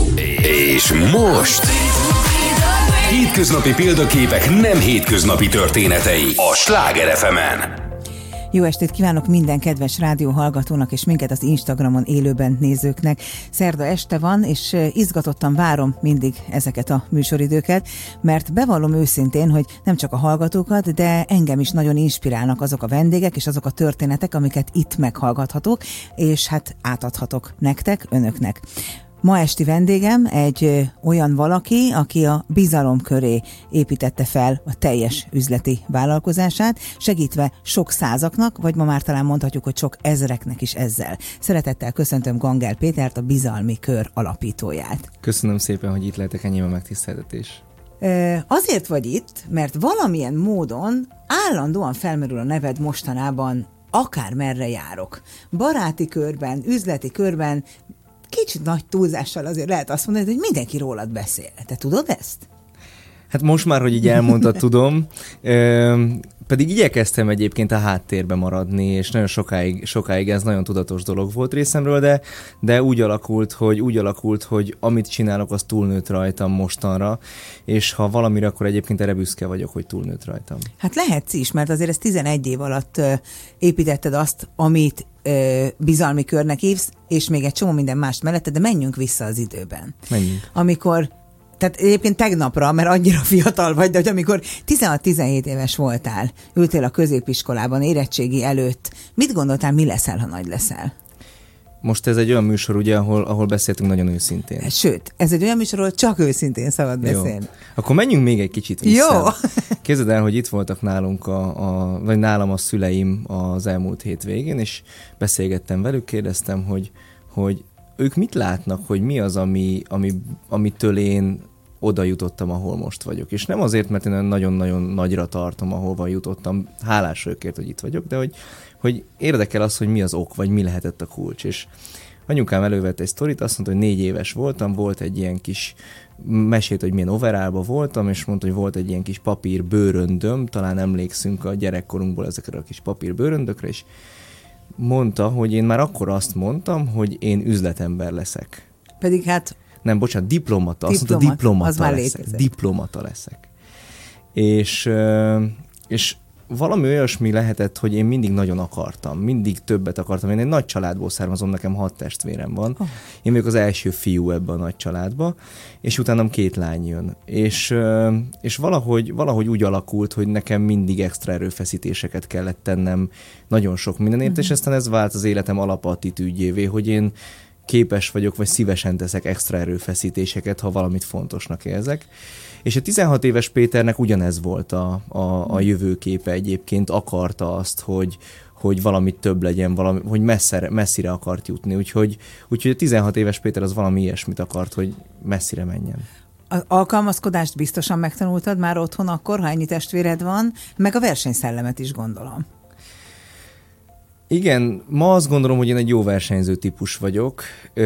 És most hétköznapi példaképek nem hétköznapi történetei a Sláger FM-en. Jó estét kívánok minden kedves rádióhallgatónak és minket az Instagramon élőben nézőknek. Szerda este van, és izgatottan várom mindig ezeket a műsoridőket, mert bevallom őszintén, hogy nem csak a hallgatókat, de engem is nagyon inspirálnak azok a vendégek és azok a történetek, amiket itt meghallgathatok, és hát átadhatok nektek, önöknek. Ma esti vendégem egy olyan valaki, aki a bizalom köré építette fel a teljes üzleti vállalkozását, segítve sok százaknak, vagy ma már talán mondhatjuk, hogy sok ezereknek is ezzel. Szeretettel köszöntöm Gangel Pétert, a Bizalmi Kör alapítóját. Köszönöm szépen, hogy itt lehetek, ennyi a megtiszteltetés. Azért vagy itt, mert valamilyen módon állandóan felmerül a neved mostanában, akármerre járok. Baráti körben, üzleti körben, kicsit nagy túlzással azért lehet azt mondani, hogy mindenki rólad beszél. Te tudod ezt? Hát most már, hogy így elmondtad, tudom. Pedig igyekeztem egyébként a háttérbe maradni, és nagyon sokáig ez nagyon tudatos dolog volt részemről, de úgy alakult, hogy amit csinálok, az túlnőtt rajtam mostanra, és ha valamire, akkor egyébként erre büszke vagyok, hogy túlnőtt rajtam. Hát lehetsz is, mert azért ez 11 év alatt építetted azt, amit bizalmi körnek hívsz, és még egy csomó minden mást mellette, de menjünk vissza az időben. Menjünk. Tehát egyébként tegnapra, mert annyira fiatal vagy, de hogy amikor 16-17 éves voltál, ültél a középiskolában, érettségi előtt, mit gondoltál, mi leszel, ha nagy leszel? Most ez egy olyan műsor, ugye, ahol beszéltünk nagyon őszintén. Sőt, ez egy olyan műsor, ahol csak őszintén szabad beszélni. Akkor menjünk még egy kicsit vissza. Jó! Képzeld el, hogy itt voltak nálunk, vagy nálam a szüleim az elmúlt hétvégén, és beszélgettem velük, kérdeztem, hogy ők mit látnak, hogy mi az, amitől én oda jutottam, ahol most vagyok. És nem azért, mert én nagyon-nagyon nagyra tartom, ahova jutottam, hálás őkért, hogy itt vagyok, de hogy érdekel az, hogy mi az ok, vagy mi lehetett a kulcs. És anyukám elővette egy sztorit, azt mondta, hogy 4 éves voltam, volt egy ilyen kis, mesélt, hogy milyen overallba voltam, és mondta, hogy volt egy ilyen kis papír bőröndöm, talán emlékszünk a gyerekkorunkból ezekre a kis papír bőröndökre, és mondta, hogy én már akkor azt mondtam, hogy én üzletember leszek. Pedig hát... Nem, bocsánat, diplomata. Azt mondta, diplomata leszek. És valami olyasmi lehetett, hogy én mindig nagyon akartam, mindig többet akartam. Én egy nagy családból származom, nekem 6 testvérem van. Oh. Én vagyok az első fiú ebben a nagy családba, és utánam 2 lány jön. És valahogy úgy alakult, hogy nekem mindig extra erőfeszítéseket kellett tennem nagyon sok mindenért, és aztán ez vált az életem alapattitűdjévé, hogy én képes vagyok, vagy szívesen teszek extra erőfeszítéseket, ha valamit fontosnak érzek. És a 16 éves Péternek ugyanez volt a jövőképe egyébként, akarta azt, hogy valamit több legyen, hogy messzire akart jutni. Úgyhogy a 16 éves Péter az valami ilyesmit akart, hogy messzire menjen. Az alkalmazkodást biztosan megtanultad már otthon akkor, ha ennyi testvéred van, meg a versenyszellemet is gondolom. Igen, ma azt gondolom, hogy én egy jó versenyző típus vagyok,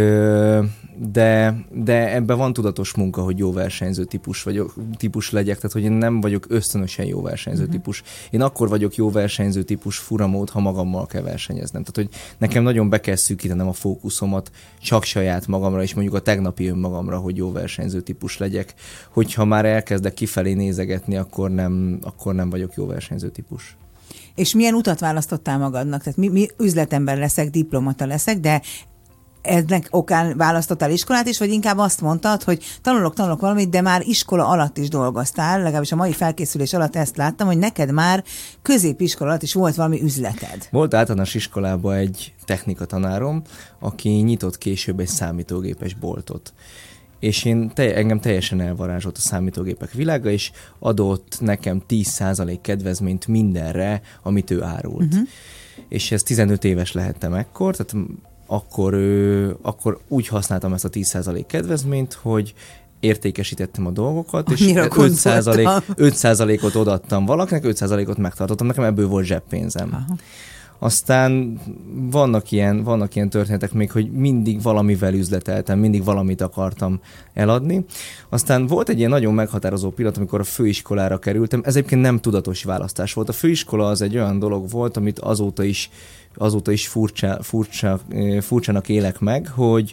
de ebben van tudatos munka, hogy jó versenyző típus legyek, tehát hogy én nem vagyok ösztönösen jó versenyző típus. Én akkor vagyok jó versenyző típus furamód, ha magammal kell versenyeznem. Tehát, hogy nekem nagyon be kell szűkítenem a fókuszomat csak saját magamra, és mondjuk a tegnapi önmagamra, hogy jó versenyző típus legyek. Hogyha már elkezdek kifelé nézegetni, akkor nem vagyok jó versenyző típus. És milyen utat választottál magadnak? Tehát mi üzletember leszek, diplomata leszek, de ennek okán választottál iskolát is, vagy inkább azt mondtad, hogy tanulok valamit, de már iskola alatt is dolgoztál, legalábbis a mai felkészülés alatt ezt láttam, hogy neked már középiskola alatt is volt valami üzleted. Volt általános iskolában egy technikatanárom, aki nyitott később egy számítógépes boltot. És engem teljesen elvarázsolt a számítógépek világa, és adott nekem 10% kedvezményt mindenre, amit ő árult. És ez 15 éves lehettem ekkor, tehát akkor úgy használtam ezt a 10% kedvezményt, hogy értékesítettem a dolgokat, és 5%-ot odaadtam valakinek, 5%-ot megtartottam, nekem ebből volt zseppénzem. Aha. Aztán vannak ilyen történetek még, hogy mindig valamivel üzleteltem, mindig valamit akartam eladni. Aztán volt egy ilyen nagyon meghatározó pillanat, amikor a főiskolára kerültem. Ez egyébként nem tudatos választás volt. A főiskola az egy olyan dolog volt, amit azóta is furcsának élek meg, hogy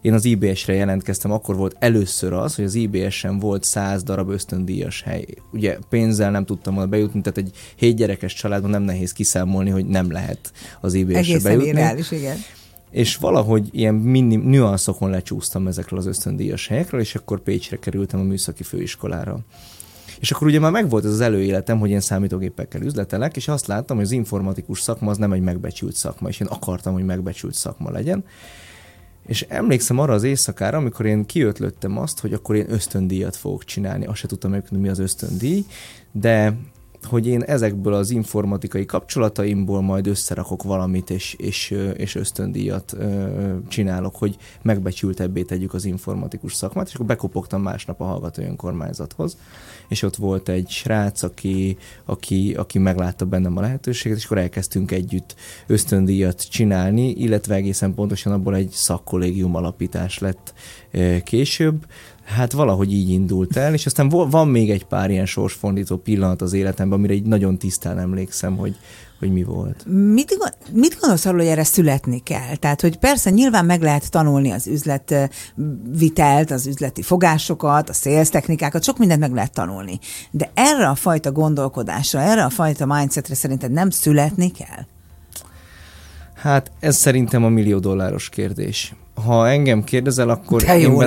én az IBS-re jelentkeztem, akkor volt először az, hogy az IBS-en volt 100 darab ösztöndíjas hely. Ugye pénzzel nem tudtam volna bejutni, tehát egy 7 gyerekes családban nem nehéz kiszámolni, hogy nem lehet az IBS-re bejutni. Irreális, igen. És valahogy ilyen nüanszokon lecsúsztam ezekről az ösztöndíjas helyekről, és akkor Pécsre kerültem a műszaki főiskolára. És akkor ugye már megvolt ez az előéletem, hogy én számítógépekkel üzletelek, és azt láttam, hogy az informatikus szakma az nem egy megbecsült szakma, és én akartam, hogy megbecsült szakma legyen. És emlékszem arra az éjszakára, amikor én kiötlöttem azt, hogy akkor én ösztöndíjat fogok csinálni. Azt se tudtam, hogy mi az ösztöndíj, de hogy én ezekből az informatikai kapcsolataimból majd összerakok valamit, és ösztöndíjat csinálok, hogy megbecsültebbé tegyük az informatikus szakmát, és akkor bekopogtam másnap a hallgatói önkormányzathoz, és ott volt egy srác, aki meglátta bennem a lehetőséget, és akkor elkezdtünk együtt ösztöndíjat csinálni, illetve egészen pontosan abból egy szakkollégium alapítás lett később. Hát valahogy így indult el, és aztán van még egy pár ilyen sorsfordító pillanat az életemben, amire így nagyon tisztán emlékszem, hogy mi volt. Mit gondolsz arról, hogy erre születni kell? Tehát, hogy persze nyilván meg lehet tanulni az üzletvitelt, az üzleti fogásokat, a sales technikákat, sok mindent meg lehet tanulni. De erre a fajta gondolkodásra, erre a fajta mindsetre szerinted nem születni kell? Hát ez szerintem a $1 millió kérdés. Ha engem kérdezel, akkor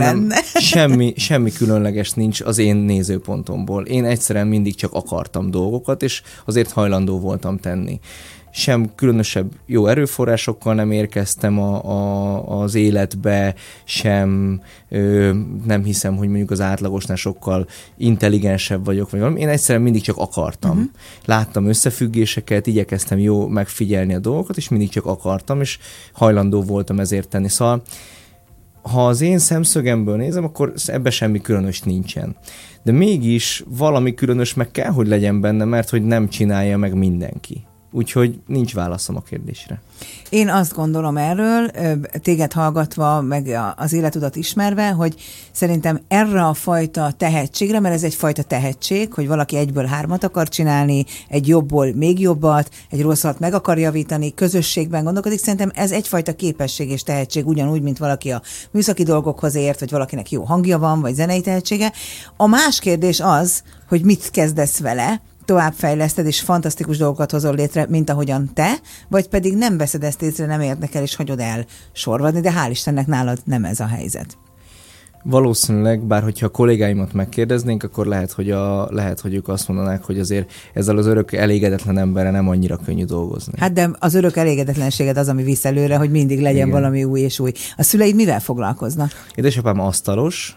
semmi különleges nincs az én nézőpontomból. Én egyszerűen mindig csak akartam dolgokat, és azért hajlandó voltam tenni. Sem különösebb jó erőforrásokkal nem érkeztem az életbe, sem nem hiszem, hogy mondjuk az átlagosnál sokkal intelligensebb vagyok, vagy valami. Én egyszerűen mindig csak akartam. Láttam összefüggéseket, igyekeztem jó megfigyelni a dolgokat, és mindig csak akartam, és hajlandó voltam ezért tenni. Szóval, ha az én szemszögemből nézem, akkor ebben semmi különös nincsen. De mégis valami különös meg kell, hogy legyen benne, mert hogy nem csinálja meg mindenki. Úgyhogy nincs válaszom a kérdésre. Én azt gondolom erről, téged hallgatva, meg az életudat ismerve, hogy szerintem erre a fajta tehetségre, mert ez egyfajta tehetség, hogy valaki egyből 3 akar csinálni, egy jobbból még jobbat, egy rosszat meg akar javítani, közösségben gondolkodik. Szerintem ez egyfajta képesség és tehetség, ugyanúgy, mint valaki a műszaki dolgokhoz ért, vagy valakinek jó hangja van, vagy zenei tehetsége. A más kérdés az, hogy mit kezdesz vele, továbbfejleszted, és fantasztikus dolgokat hozol létre, mint ahogyan te, vagy pedig nem veszed ezt észre, nem érdekel, és hagyod el sorvadni, de hál' Istennek nálad nem ez a helyzet. Valószínűleg, bár hogyha a kollégáimat megkérdeznénk, akkor lehet, hogy ők azt mondanák, hogy azért ezzel az örök elégedetlen emberre nem annyira könnyű dolgozni. Hát de az örök elégedetlenséged az, ami visz előre, hogy mindig legyen igen, valami új és új. A szüleid mivel foglalkoznak? Édesapám asztalos,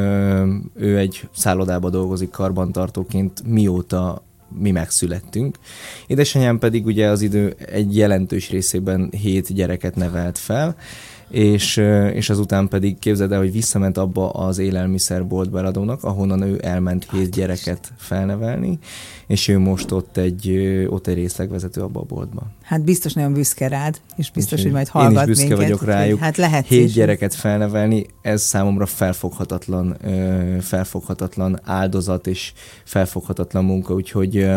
ő egy szállodában dolgozik karbantartóként, mióta mi megszülettünk. Édesanyám pedig ugye az idő egy jelentős részében 7 gyereket nevelt fel, és azután pedig képzeld el, hogy visszament abba az élelmiszerboltba eladónak, ahonnan ő elment 7 gyereket felnevelni, és ő most ott egy részlegvezető abba a boltba. Hát biztos nagyon büszke rád, és biztos, hogy majd hallgat minket. Én is büszke vagyok rájuk. Hát lehet 7 gyereket felnevelni, ez számomra felfoghatatlan áldozat és felfoghatatlan munka, úgyhogy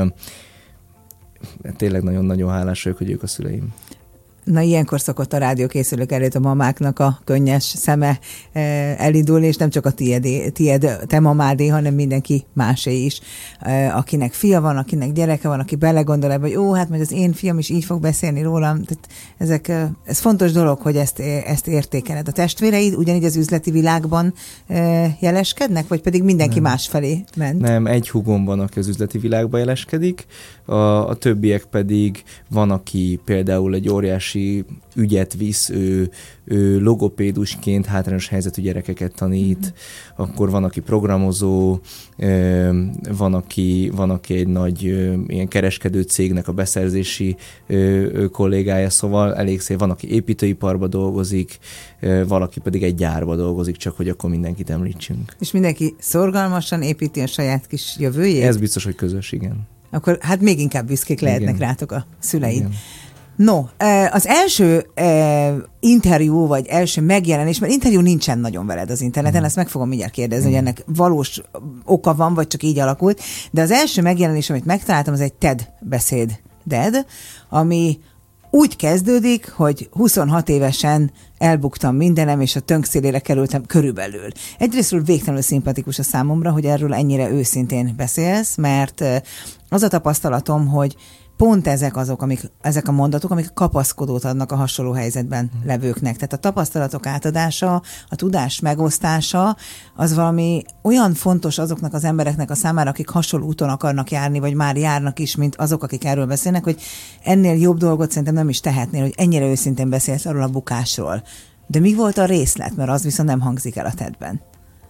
tényleg nagyon-nagyon hálás vagyok, hogy ők a szüleim. Na, ilyenkor szokott a rádiókészülők előtt a mamáknak a könnyes szeme elindulni, és nem csak a te mamádé, hanem mindenki másé is. Akinek fia van, akinek gyereke van, aki belegondol ebbe, hogy hát majd az én fiam is így fog beszélni rólam. Tehát ez fontos dolog, hogy ezt értékeled. A testvéreid ugyanígy az üzleti világban jeleskednek, vagy pedig mindenki másfelé ment? Nem, egy húgom van, aki az üzleti világban jeleskedik, a többiek pedig van, aki például egy óriási ügyet visz, ő logopédusként hátrányos helyzetű gyerekeket tanít, akkor van, aki programozó, van, aki egy nagy ilyen kereskedő cégnek a beszerzési kollégája, szóval elég szép. Van, aki építőiparba dolgozik, valaki pedig egy gyárba dolgozik, csak hogy akkor mindenkit említsünk. És mindenki szorgalmasan építi a saját kis jövőjét? Ez biztos, hogy közös, igen. Akkor hát még inkább büszkék lehetnek rátok a szüleid. Igen. No, az első interjú, vagy első megjelenés, mert interjú nincsen nagyon veled az interneten, ezt meg fogom mindjárt kérdezni, hogy ennek valós oka van, vagy csak így alakult, de az első megjelenés, amit megtaláltam, az egy TED beszéded, ami úgy kezdődik, hogy 26 évesen elbuktam mindenem, és a tönkszélére kerültem körülbelül. Egyrésztről végtelenül szimpatikus a számomra, hogy erről ennyire őszintén beszélsz, mert az a tapasztalatom, hogy pont ezek a mondatok, amik kapaszkodót adnak a hasonló helyzetben levőknek. Tehát a tapasztalatok átadása, a tudás megosztása, az valami olyan fontos azoknak az embereknek a számára, akik hasonló úton akarnak járni, vagy már járnak is, mint azok, akik erről beszélnek, hogy ennél jobb dolgot szerintem nem is tehetnél, hogy ennyire őszintén beszélsz arról a bukásról. De mi volt a részlet? Mert az viszont nem hangzik el a tedben.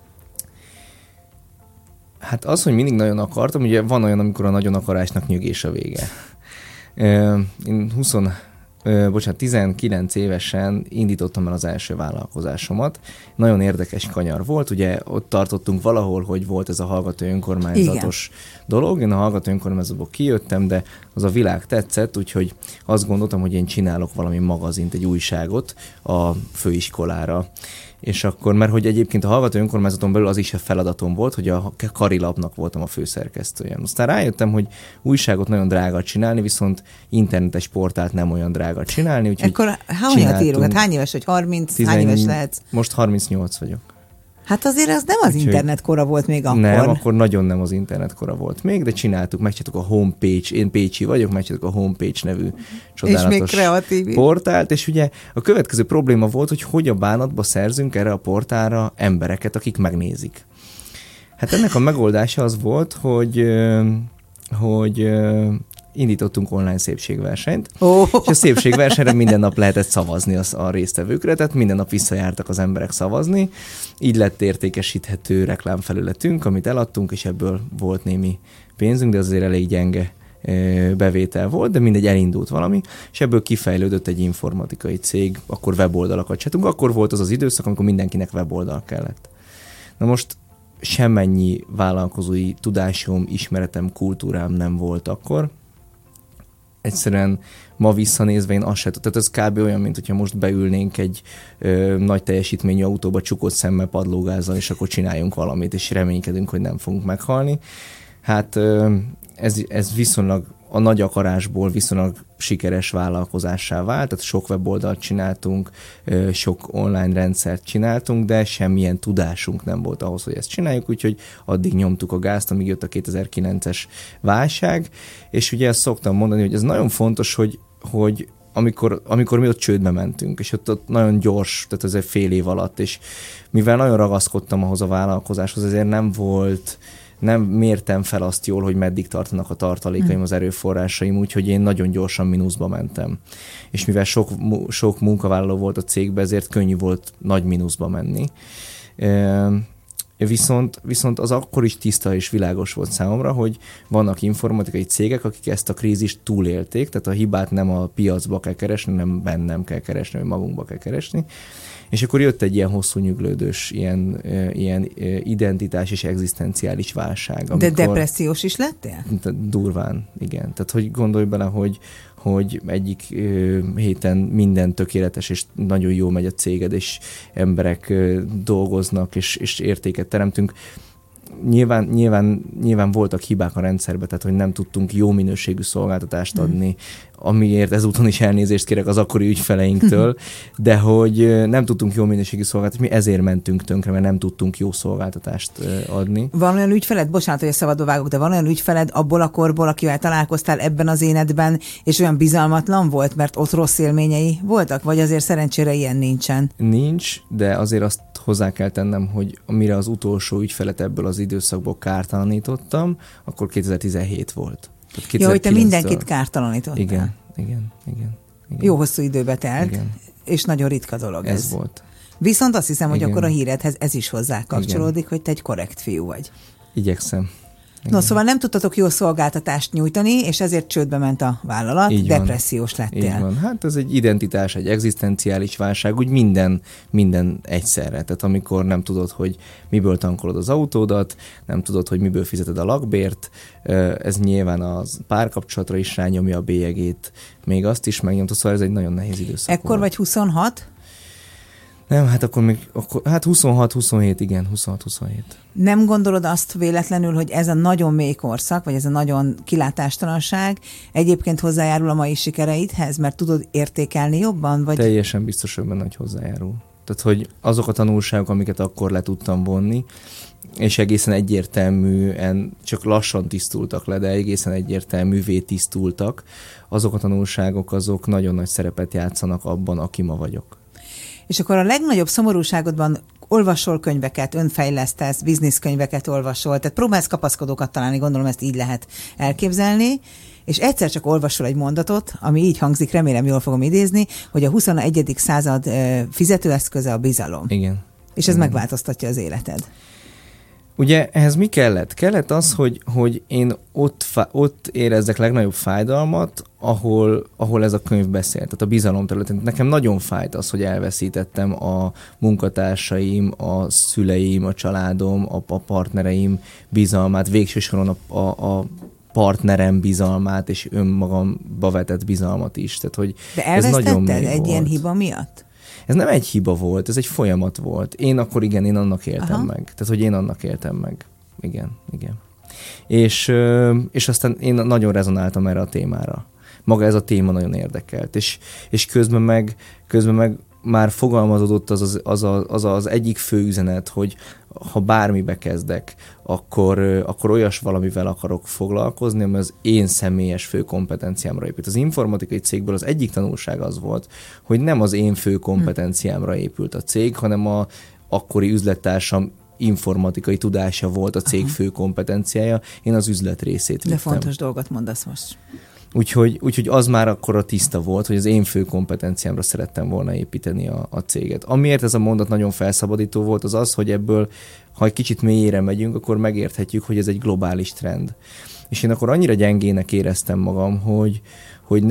Hát az, hogy mindig nagyon akartam, ugye van olyan, amikor a nagyon akarásnak nyögés a vége. Én 19 évesen indítottam el az első vállalkozásomat. Nagyon érdekes kanyar volt, ugye ott tartottunk valahol, hogy volt ez a hallgató önkormányzatos dolog. Én a hallgató önkormányzatból kijöttem, de az a világ tetszett, úgyhogy azt gondoltam, hogy én csinálok valami magazint, egy újságot a főiskolára. És akkor, mert hogy egyébként a hallgató önkormányzaton belül az is a feladatom volt, hogy a Karilapnak voltam a főszerkesztője. Aztán rájöttem, hogy újságot nagyon drága csinálni, viszont internetes portált nem olyan drága csinálni. Akkor hányat írunk? Hát hány éves, hogy 30? Hány éves lehetsz? Most 38 vagyok. Hát azért az nem az internetkora volt még akkor. Nem, akkor nagyon nem az internetkora volt még, de megcsináltuk a homepage, én pécsi vagyok, megcsináltuk a homepage nevű csodálatos portált, és ugye a következő probléma volt, hogy a bánatba szerzünk erre a portálra embereket, akik megnézik. Hát ennek a megoldása az volt, hogy indítottunk online szépségversenyt, és a szépségversenyre minden nap lehetett szavazni a résztvevőkre, tehát minden nap visszajártak az emberek szavazni, így lett értékesíthető reklámfelületünk, amit eladtunk, és ebből volt némi pénzünk, de azért elég gyenge bevétel volt, de mindegy, elindult valami, és ebből kifejlődött egy informatikai cég, akkor weboldalakat csináltunk, akkor volt az az időszak, amikor mindenkinek weboldal kellett. Na most semmennyi vállalkozói tudásom, ismeretem, kultúrám nem volt akkor. Egyszerűen ma visszanézve én azt se tudom. Tehát ez kb. Olyan, mint hogyha most beülnénk egy nagy teljesítményű autóba csukott szemmel padlógázzal, és akkor csináljunk valamit, és reménykedünk, hogy nem fogunk meghalni. Hát ez viszonylag a nagy akarásból viszonylag sikeres vállalkozássá vált, tehát sok weboldalt csináltunk, sok online rendszert csináltunk, de semmilyen tudásunk nem volt ahhoz, hogy ezt csináljuk, úgyhogy addig nyomtuk a gázt, amíg jött a 2009-es válság, és ugye ezt szoktam mondani, hogy ez nagyon fontos, hogy amikor mi ott csődbe mentünk, és ott nagyon gyors, tehát ez egy fél év alatt, és mivel nagyon ragaszkodtam ahhoz a vállalkozáshoz, ezért nem mértem fel azt jól, hogy meddig tartanak a tartalékaim, az erőforrásaim, úgyhogy én nagyon gyorsan mínuszba mentem. És mivel sok munkavállaló volt a cégben, ezért könnyű volt nagy mínuszba menni. Viszont az akkor is tiszta és világos volt számomra, hogy vannak informatikai cégek, akik ezt a krízist túlélték, tehát a hibát nem a piacba kell keresni, nem bennem kell keresni, vagy magunkba kell keresni. És akkor jött egy ilyen hosszú nyüglődős, ilyen identitás és egzisztenciális válság. De depressziós is lettél? Durván, igen. Tehát, hogy gondolj bele, hogy egyik héten minden tökéletes, és nagyon jó megy a céged, és emberek dolgoznak, és értéket teremtünk. Nyilván voltak hibák a rendszerben, tehát hogy nem tudtunk jó minőségű szolgáltatást adni, amiért ezúton is elnézést kérek az akkori ügyfeleinktől, de hogy nem tudtunk jó minőségű szolgáltatást, mi ezért mentünk tönkre, mert nem tudtunk jó szolgáltatást adni. Van olyan ügyfeled, bocsánat, hogy a szabadba vágok, de van olyan ügyfeled abból a korból, akivel találkoztál ebben az énedben, és olyan bizalmatlan volt, mert ott rossz élményei voltak, vagy azért szerencsére ilyen nincsen? Nincs, de azért azt hozzá kell tennem, hogy amire az utolsó ügyfelet ebből az időszakból kártalanítottam, akkor 2017 volt. Ja, hogy te mindenkit kártalanítottál. Igen. Jó hosszú időbe telt, igen. És nagyon ritka dolog ez. Ez volt. Viszont azt hiszem, hogy akkor a híredhez ez is hozzá kapcsolódik, hogy te egy korrekt fiú vagy. Igyekszem. Igen. No, szóval nem tudtatok jó szolgáltatást nyújtani, és ezért csődbe ment a vállalat, így depressziós lettél. Így van. Hát ez egy identitás, egy egzisztenciális válság, úgy minden egyszerre. Tehát amikor nem tudod, hogy miből tankolod az autódat, nem tudod, hogy miből fizeted a lakbért, ez nyilván a párkapcsolatra is rányomja a bélyegét, még azt is megnyomta, szóval ez egy nagyon nehéz időszak. Ekkor vagy 26? Nem, hát akkor még, 26-27, igen, 26-27. Nem gondolod azt véletlenül, hogy ez a nagyon mély korszak, vagy ez a nagyon kilátástalanság egyébként hozzájárul a mai sikereidhez, mert tudod értékelni jobban? Vagy... Teljesen biztos, hogy benne, hogy hozzájárul. Tehát, hogy azok a tanulságok, amiket akkor le tudtam vonni, és egészen egyértelműen, csak lassan tisztultak le, de egészen egyértelművé tisztultak, azok a tanulságok, azok nagyon nagy szerepet játszanak abban, aki ma vagyok. És akkor a legnagyobb szomorúságodban olvasol könyveket, önfejlesztesz, bizniszkönyveket olvasol, tehát próbálsz kapaszkodókat találni, gondolom ezt így lehet elképzelni, és egyszer csak olvasol egy mondatot, ami így hangzik, remélem jól fogom idézni, hogy a 21. század fizetőeszköze a bizalom. Igen. És ez megváltoztatja az életed. Ugye ehhez mi kellett? Kellett az, hogy én ott érezzek legnagyobb fájdalmat, ahol ez a könyv beszélt, tehát a bizalom területén. Nekem nagyon fájt az, hogy elveszítettem a munkatársaim, a szüleim, a családom, a partnereim bizalmát, végső soron a partnerem bizalmát, és önmagamba vetett bizalmat is. Tehát, hogy de elvesztetted ez egy ilyen hiba miatt? Ez nem egy hiba volt, ez egy folyamat volt. Én annak éltem meg. Tehát, hogy én annak éltem meg. Igen. És aztán én nagyon rezonáltam erre a témára. Maga ez a téma nagyon érdekelt. És közben meg már fogalmazódott az egyik fő üzenet, hogy ha bármibe kezdek, akkor olyas valamivel akarok foglalkozni, ami az én személyes fő kompetenciámra épült. Az informatikai cégből az egyik tanulság az volt, hogy nem az én fő kompetenciámra épült a cég, hanem a akkori üzlettársam informatikai tudása volt a cég fő kompetenciája, én az üzlet részét vittem. De fontos dolgot mondasz most. Úgyhogy az már akkor a tiszta volt, hogy az én fő kompetenciámra szerettem volna építeni a céget. Amiért ez a mondat nagyon felszabadító volt, az az, hogy ebből, ha egy kicsit mélyére megyünk, akkor megérthetjük, hogy ez egy globális trend. És én akkor annyira gyengének éreztem magam, hogy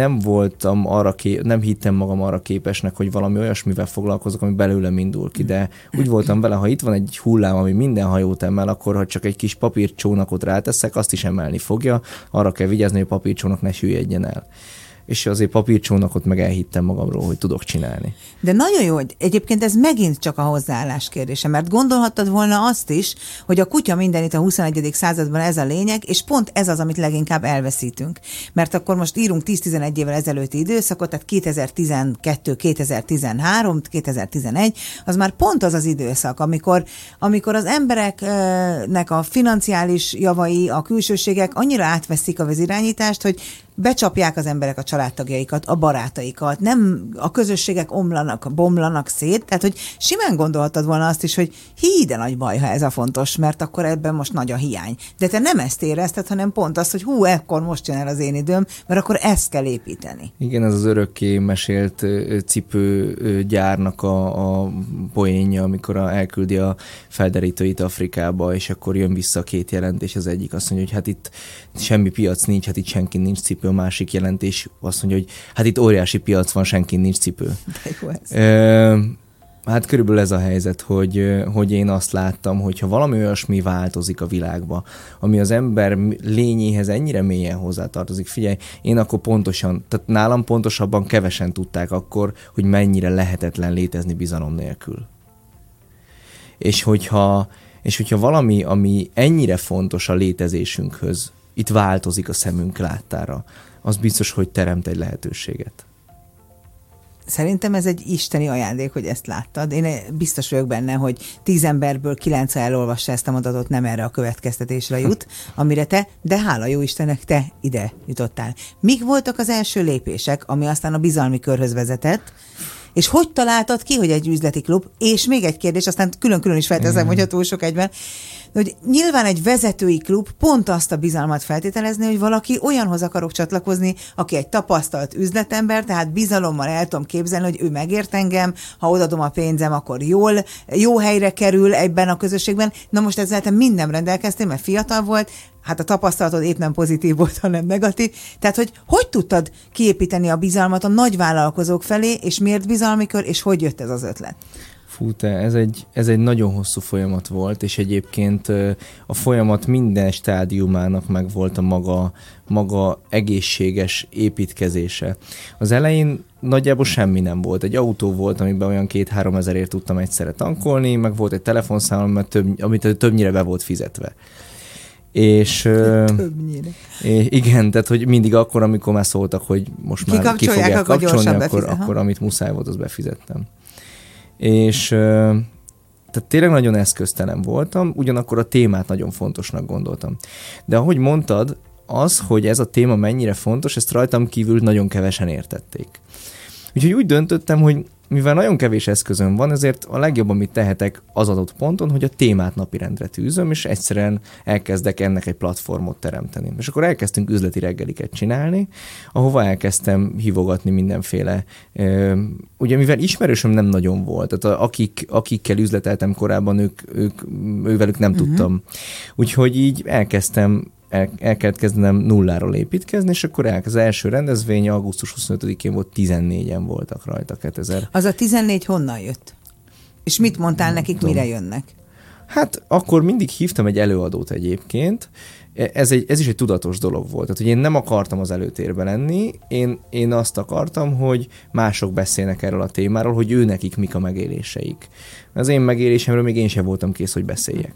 nem hittem magam arra képesnek, hogy valami olyasmivel foglalkozok, ami belőlem indul ki, de úgy voltam vele, ha itt van egy hullám, ami minden hajót emel, akkor ha csak egy kis papírcsónakot ráteszek, azt is emelni fogja, arra kell vigyázni, hogy a papírcsónak ne süllyedjen el. És azért papírcsónakot meg elhittem magamról, hogy tudok csinálni. De nagyon jó, hogy egyébként ez megint csak a hozzáállás kérdése, mert gondolhattad volna azt is, hogy a kutya mindenit a 21. században ez a lényeg, és pont ez az, amit leginkább elveszítünk. Mert akkor most írunk 10-11 évvel ezelőtti időszakot, tehát 2012, 2013, 2011, az már pont az az időszak, amikor az embereknek a financiális javai, a külsőségek annyira átveszik a vezirányítást, hogy becsapják az emberek a családtagjaikat, a barátaikat, nem a közösségek bomlanak szét, tehát hogy simán gondolhattad volna azt is, hogy de nagy baj, ha ez a fontos, mert akkor ebben most nagy a hiány. De te nem ezt érezted, hanem pont azt, hogy ekkor most jön el az én időm, mert akkor ezt kell építeni. Igen, ez az örökké mesélt cipőgyárnak a poénja, amikor elküldi a felderítőit Afrikába, és akkor jön vissza 2 jelentés, az egyik azt mondja, hogy hát itt semmi piac nincs, hát itt senki nincs cipő, a másik jelentés azt mondja, hogy hát itt óriási piac van, senki nincs cipő. Hát körülbelül ez a helyzet, hogy én azt láttam, hogy ha valami olyasmi változik a világba, ami az ember lényéhez ennyire mélyen hozzátartozik, figyelj, én akkor tehát nálam pontosabban kevesen tudták akkor, hogy mennyire lehetetlen létezni bizalom nélkül. És hogyha valami, ami ennyire fontos a létezésünkhöz, itt változik a szemünk láttára, az biztos, hogy teremt egy lehetőséget. Szerintem ez egy isteni ajándék, hogy ezt láttad. Én biztos vagyok benne, hogy 10 emberből 9 elolvassa ezt a mondatot, nem erre a következtetésre jut, amire de hála jó Istennek, te ide jutottál. Mik voltak az első lépések, ami aztán a bizalmi körhöz vezetett, és hogy találtad ki, hogy egy üzleti klub? És még egy kérdés, aztán külön-külön is felteszem, hogyha túl sok egyben, hogy nyilván egy vezetői klub pont azt a bizalmat feltételezni, hogy valaki olyanhoz akarok csatlakozni, aki egy tapasztalt üzletember, tehát bizalommal el tudom képzelni, hogy ő megért engem, ha odadom a pénzem, akkor jó helyre kerül ebben a közösségben. Na most ezzel te mind nem rendelkeztél, mert fiatal volt, hát a tapasztalatod épp nem pozitív volt, hanem negatív. Tehát, hogy tudtad kiépíteni a bizalmat a nagy vállalkozók felé, és miért bizalmi kör, és hogy jött ez az ötlet? Ez egy nagyon hosszú folyamat volt, és egyébként a folyamat minden stádiumának meg volt a maga egészséges építkezése. Az elején nagyjából semmi nem volt. Egy autó volt, amiben olyan 2-3 ezerért tudtam egyszerre tankolni, meg volt egy telefonszám, amit többnyire be volt fizetve. És igen, tehát hogy mindig akkor, amikor már szóltak, hogy most már ki fogják kapcsolni, akkor amit muszáj volt, azt befizettem. És tehát tényleg nagyon eszköztelen voltam, ugyanakkor a témát nagyon fontosnak gondoltam. De ahogy mondtad, az, hogy ez a téma mennyire fontos, ezt rajtam kívül nagyon kevesen értették. Úgyhogy úgy döntöttem, hogy mivel nagyon kevés eszközöm van, ezért a legjobb, amit tehetek az adott ponton, hogy a témát napirendre tűzöm, és egyszerűen elkezdek ennek egy platformot teremteni. És akkor elkezdtünk üzleti reggeliket csinálni, ahova elkezdtem hívogatni mindenféle, ugye mivel ismerősöm nem nagyon volt, tehát akikkel üzleteltem korábban, ővelük nem tudtam. Úgyhogy így el kellett kezdenem nulláról építkezni, és akkor az első rendezvény augusztus 25-én volt, 14-en voltak rajta 2000. Az a 14 honnan jött? És mit mondtál nekik, mire jönnek? Hát akkor mindig hívtam egy előadót egyébként. Ez is egy tudatos dolog volt. Tehát, hogy én nem akartam az előtérben lenni, én azt akartam, hogy mások beszélnek erről a témáról, hogy nekik mik a megéléseik. Az én megélésemről még én sem voltam kész, hogy beszéljek.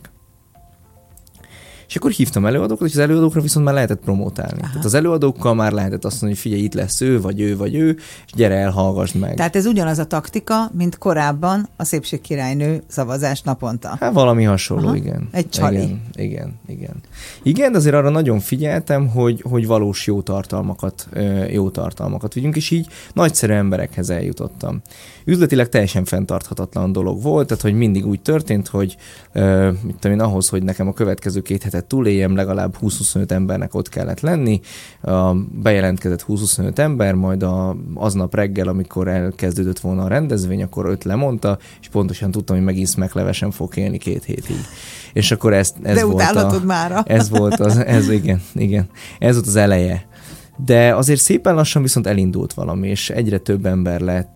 És akkor hívtam előadókat, és az előadókra viszont már lehetett promotálni. Aha. Tehát az előadókkal már lehetett azt mondani, hogy figyelj, itt lesz ő, vagy ő, és gyere el, hallgassd meg. Tehát ez ugyanaz a taktika, mint korábban a szépségkirálynő szavazás naponta. Hát valami hasonló, aha. Igen. Egy csali. Igen. Igen, de azért arra nagyon figyeltem, hogy valós jó tartalmakat vigyünk, és így nagyszerű emberekhez eljutottam. Üzletileg teljesen fenntarthatatlan dolog volt, tehát hogy mindig úgy történt, hogy mit tudom én, ahhoz, hogy nekem a következő 2 hetet túléljem, legalább 20-25 embernek ott kellett lenni. Bejelentkezett 20-25 ember, majd aznap reggel, amikor elkezdődött volna a rendezvény, akkor 5 lemondta, és pontosan tudtam, hogy megint szmeklevesen fog élni 2 hétig. És akkor ez de volt utálhatod mára. Ez volt igen. Ez volt az eleje. De azért szépen lassan viszont elindult valami, és egyre több ember lett,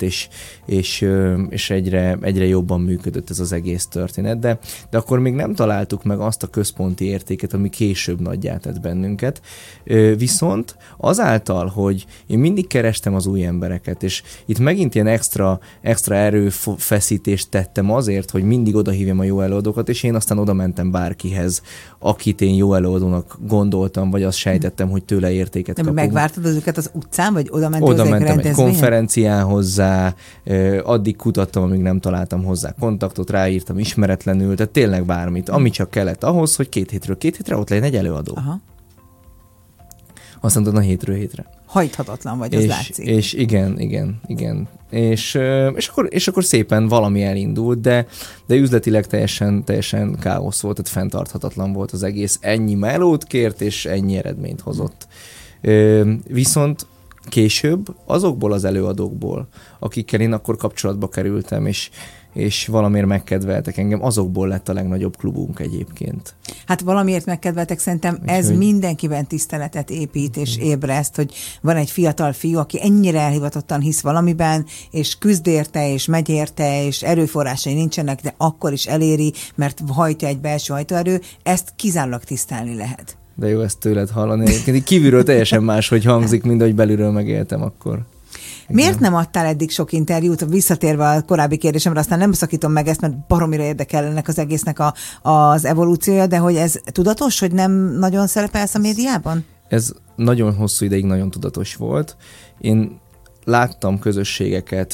és egyre jobban működött ez az egész történet, de akkor még nem találtuk meg azt a központi értéket, ami később nagyjá tett bennünket. Viszont azáltal, hogy én mindig kerestem az új embereket, és itt megint ilyen extra erőfeszítést tettem azért, hogy mindig odahívjam a jó előadókat, és én aztán oda mentem bárkihez, akit én jó előadónak gondoltam, vagy azt sejtettem, hogy tőle értéket kapunk. Megvártad őket az utcán, vagy oda mentem egy konferencián hozzá, addig kutattam, amíg nem találtam hozzá kontaktot, ráírtam ismeretlenül, tehát tényleg bármit, ami csak kellett ahhoz, hogy 2 hétre ott legyen egy előadó. Aha. Aztán tudna hétről hétre. Hajthatatlan vagy, az látszik. És igen. És akkor szépen valami elindult, de üzletileg teljesen káosz volt, tehát fenntarthatatlan volt az egész. Ennyi melót kért, és ennyi eredményt hozott. Viszont később azokból az előadókból, akikkel én akkor kapcsolatba kerültem, és valamiért megkedveltek engem, azokból lett a legnagyobb klubunk egyébként. Hát valamiért megkedveltek, szerintem ez mindenkiben tiszteletet épít és ébreszt, hogy van egy fiatal fiú, aki ennyire elhivatottan hisz valamiben, és küzd érte, és megy érte, és erőforrásai nincsenek, de akkor is eléri, mert hajtja egy belső hajtóerő, ezt kizárólag tisztelni lehet. De jó ezt tőled hallani. Kívülről teljesen máshogy hangzik, mint ahogy belülről megéltem akkor. Miért nem adtál eddig sok interjút? Visszatérve a korábbi kérdésemre, aztán nem szakítom meg ezt, mert baromira érdekel ennek az egésznek az evolúciója, de hogy ez tudatos, hogy nem nagyon szerepelsz a médiában? Ez nagyon hosszú ideig nagyon tudatos volt. Én láttam közösségeket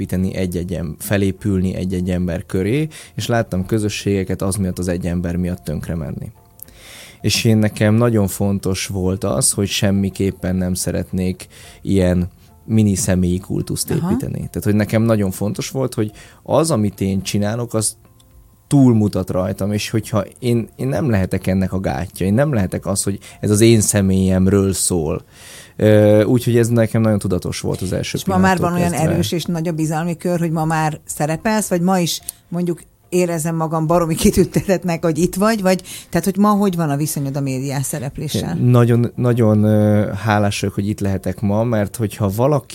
felépülni egy-egy ember köré, és láttam közösségeket az miatt, az egy ember miatt tönkre menni. És nekem nagyon fontos volt az, hogy semmiképpen nem szeretnék ilyen mini személyi kultuszt építeni. Tehát, hogy nekem nagyon fontos volt, hogy az, amit én csinálok, az túlmutat rajtam, és hogyha én nem lehetek ennek a gátja, én nem lehetek az, hogy ez az én személyemről szól. Úgyhogy ez nekem nagyon tudatos volt az első pillanattól. És ma már van olyan erős és nagy a bizalmi kör, hogy ma már szerepelsz, vagy ma is mondjuk érezzem magam baromi kitüntetetnek, hogy itt vagy, tehát, hogy ma hogy van a viszonyod a médiás szerepléssel? Nagyon, nagyon hálás vagyok, hogy itt lehetek ma, mert hogyha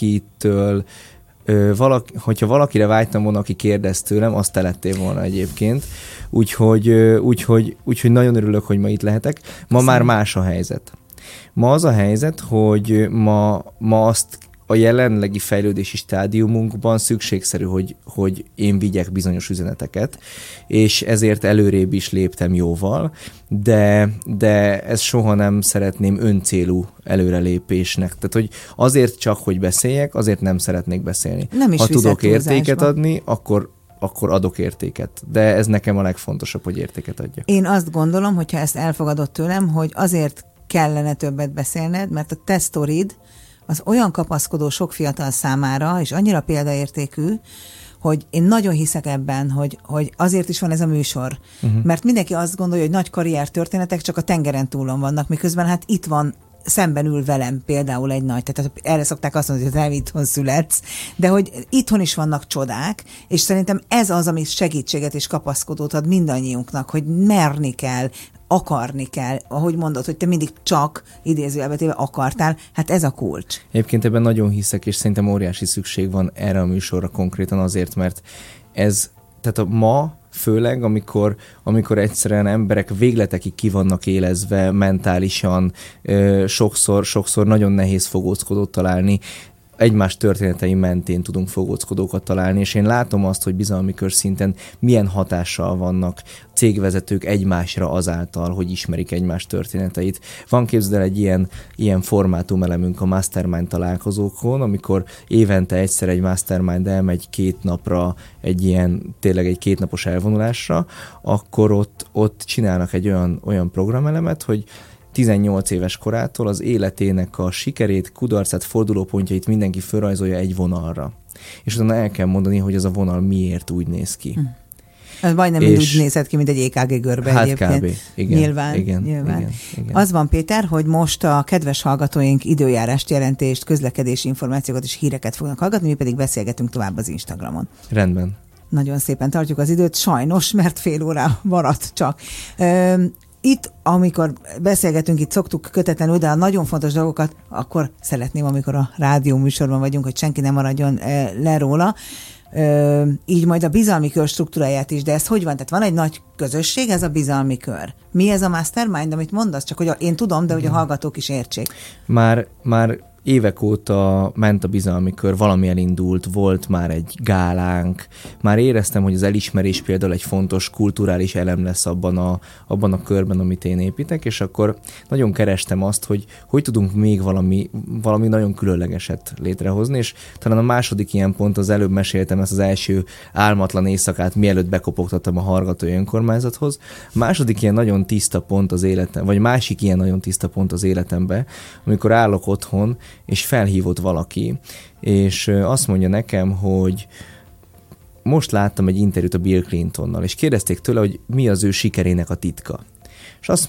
hogyha valakire vágytam volna, aki kérdez tőlem, azt te lettél volna egyébként. Úgyhogy nagyon örülök, hogy ma itt lehetek. Ma már más a helyzet. Ma az a helyzet, hogy ma a jelenlegi fejlődési stádiumunkban szükségszerű, hogy én vigyek bizonyos üzeneteket, és ezért előrébb is léptem jóval, de ezt soha nem szeretném öncélú előrelépésnek. Tehát, hogy azért csak, hogy beszéljek, azért nem szeretnék beszélni. Nem is ha tudok értéket túlzásba adni, akkor adok értéket. De ez nekem a legfontosabb, hogy értéket adjak. Én azt gondolom, hogyha ezt elfogadott tőlem, hogy azért kellene többet beszélned, mert a te sztorid az olyan kapaszkodó sok fiatal számára, és annyira példaértékű, hogy én nagyon hiszek ebben, hogy azért is van ez a műsor. Mert mindenki azt gondolja, hogy nagy karriertörténetek csak a tengeren túlon vannak, miközben hát itt van, szemben ül velem például egy nagy, tehát erre szokták azt mondani, hogy nem itthon születsz, de hogy itthon is vannak csodák, és szerintem ez az, ami segítséget és kapaszkodót ad mindannyiunknak, hogy merni kell, akarni kell, ahogy mondod, hogy te mindig csak idézőjelbe téve akartál, hát ez a kulcs. Egyébként ebben nagyon hiszek, és szerintem óriási szükség van erre a műsorra konkrétan azért, mert ez, tehát ma főleg, amikor egyszerűen emberek végletekig ki vannak élezve mentálisan, sokszor nagyon nehéz fogóckodót találni, egymás történetei mentén tudunk fogóckodókat találni, és én látom azt, hogy bizalmi kör szinten milyen hatással vannak cégvezetők egymásra azáltal, hogy ismerik egymás történeteit. Van, képzeld el, egy ilyen formátumelemünk a mastermind találkozókon, amikor évente egyszer egy mastermind elmegy 2 napra tényleg egy 2 napos elvonulásra, akkor ott csinálnak egy olyan programelemet, hogy 18 éves korától az életének a sikerét, kudarcát, fordulópontjait mindenki felrajzolja egy vonalra. És utána el kell mondani, hogy az a vonal miért úgy néz ki. Ez majdnem úgy nézett ki, mint egy EKG görbe hát egyébként. Kb. Igen, Nyilván. Igen. Az van, Péter, hogy most a kedves hallgatóink időjárást jelentést, közlekedési információkat és híreket fognak hallgatni, mi pedig beszélgetünk tovább az Instagramon. Rendben. Nagyon szépen tartjuk az időt, sajnos, mert fél óra maradt csak. Itt, amikor beszélgetünk, itt szoktuk kötetlenül, de a nagyon fontos dolgokat, akkor szeretném, amikor a rádió műsorban vagyunk, hogy senki nem maradjon le róla. Így majd a bizalmi kör struktúráját is, de ez hogy van? Tehát van egy nagy közösség, ez a bizalmi kör. Mi ez a mastermind, amit mondasz? Csak hogy én tudom, de hogy a hallgatók is értsék. Már évek óta ment a bizalmi kör, valami elindult, volt már egy gálánk, már éreztem, hogy az elismerés például egy fontos kulturális elem lesz abban a körben, amit én építek, és akkor nagyon kerestem azt, hogy tudunk még valami nagyon különlegeset létrehozni, és talán a második ilyen pont, az előbb meséltem ezt az első álmatlan éjszakát, mielőtt bekopogtattam a Hallgatói Önkormányzathoz. A második ilyen nagyon tiszta pont az életem, vagy másik ilyen nagyon tiszta pont az életemben, amikor állok otthon, és felhívott valaki, és azt mondja nekem, hogy most láttam egy interjút a Bill Clintonnal, és kérdezték tőle, hogy mi az ő sikerének a titka. És azt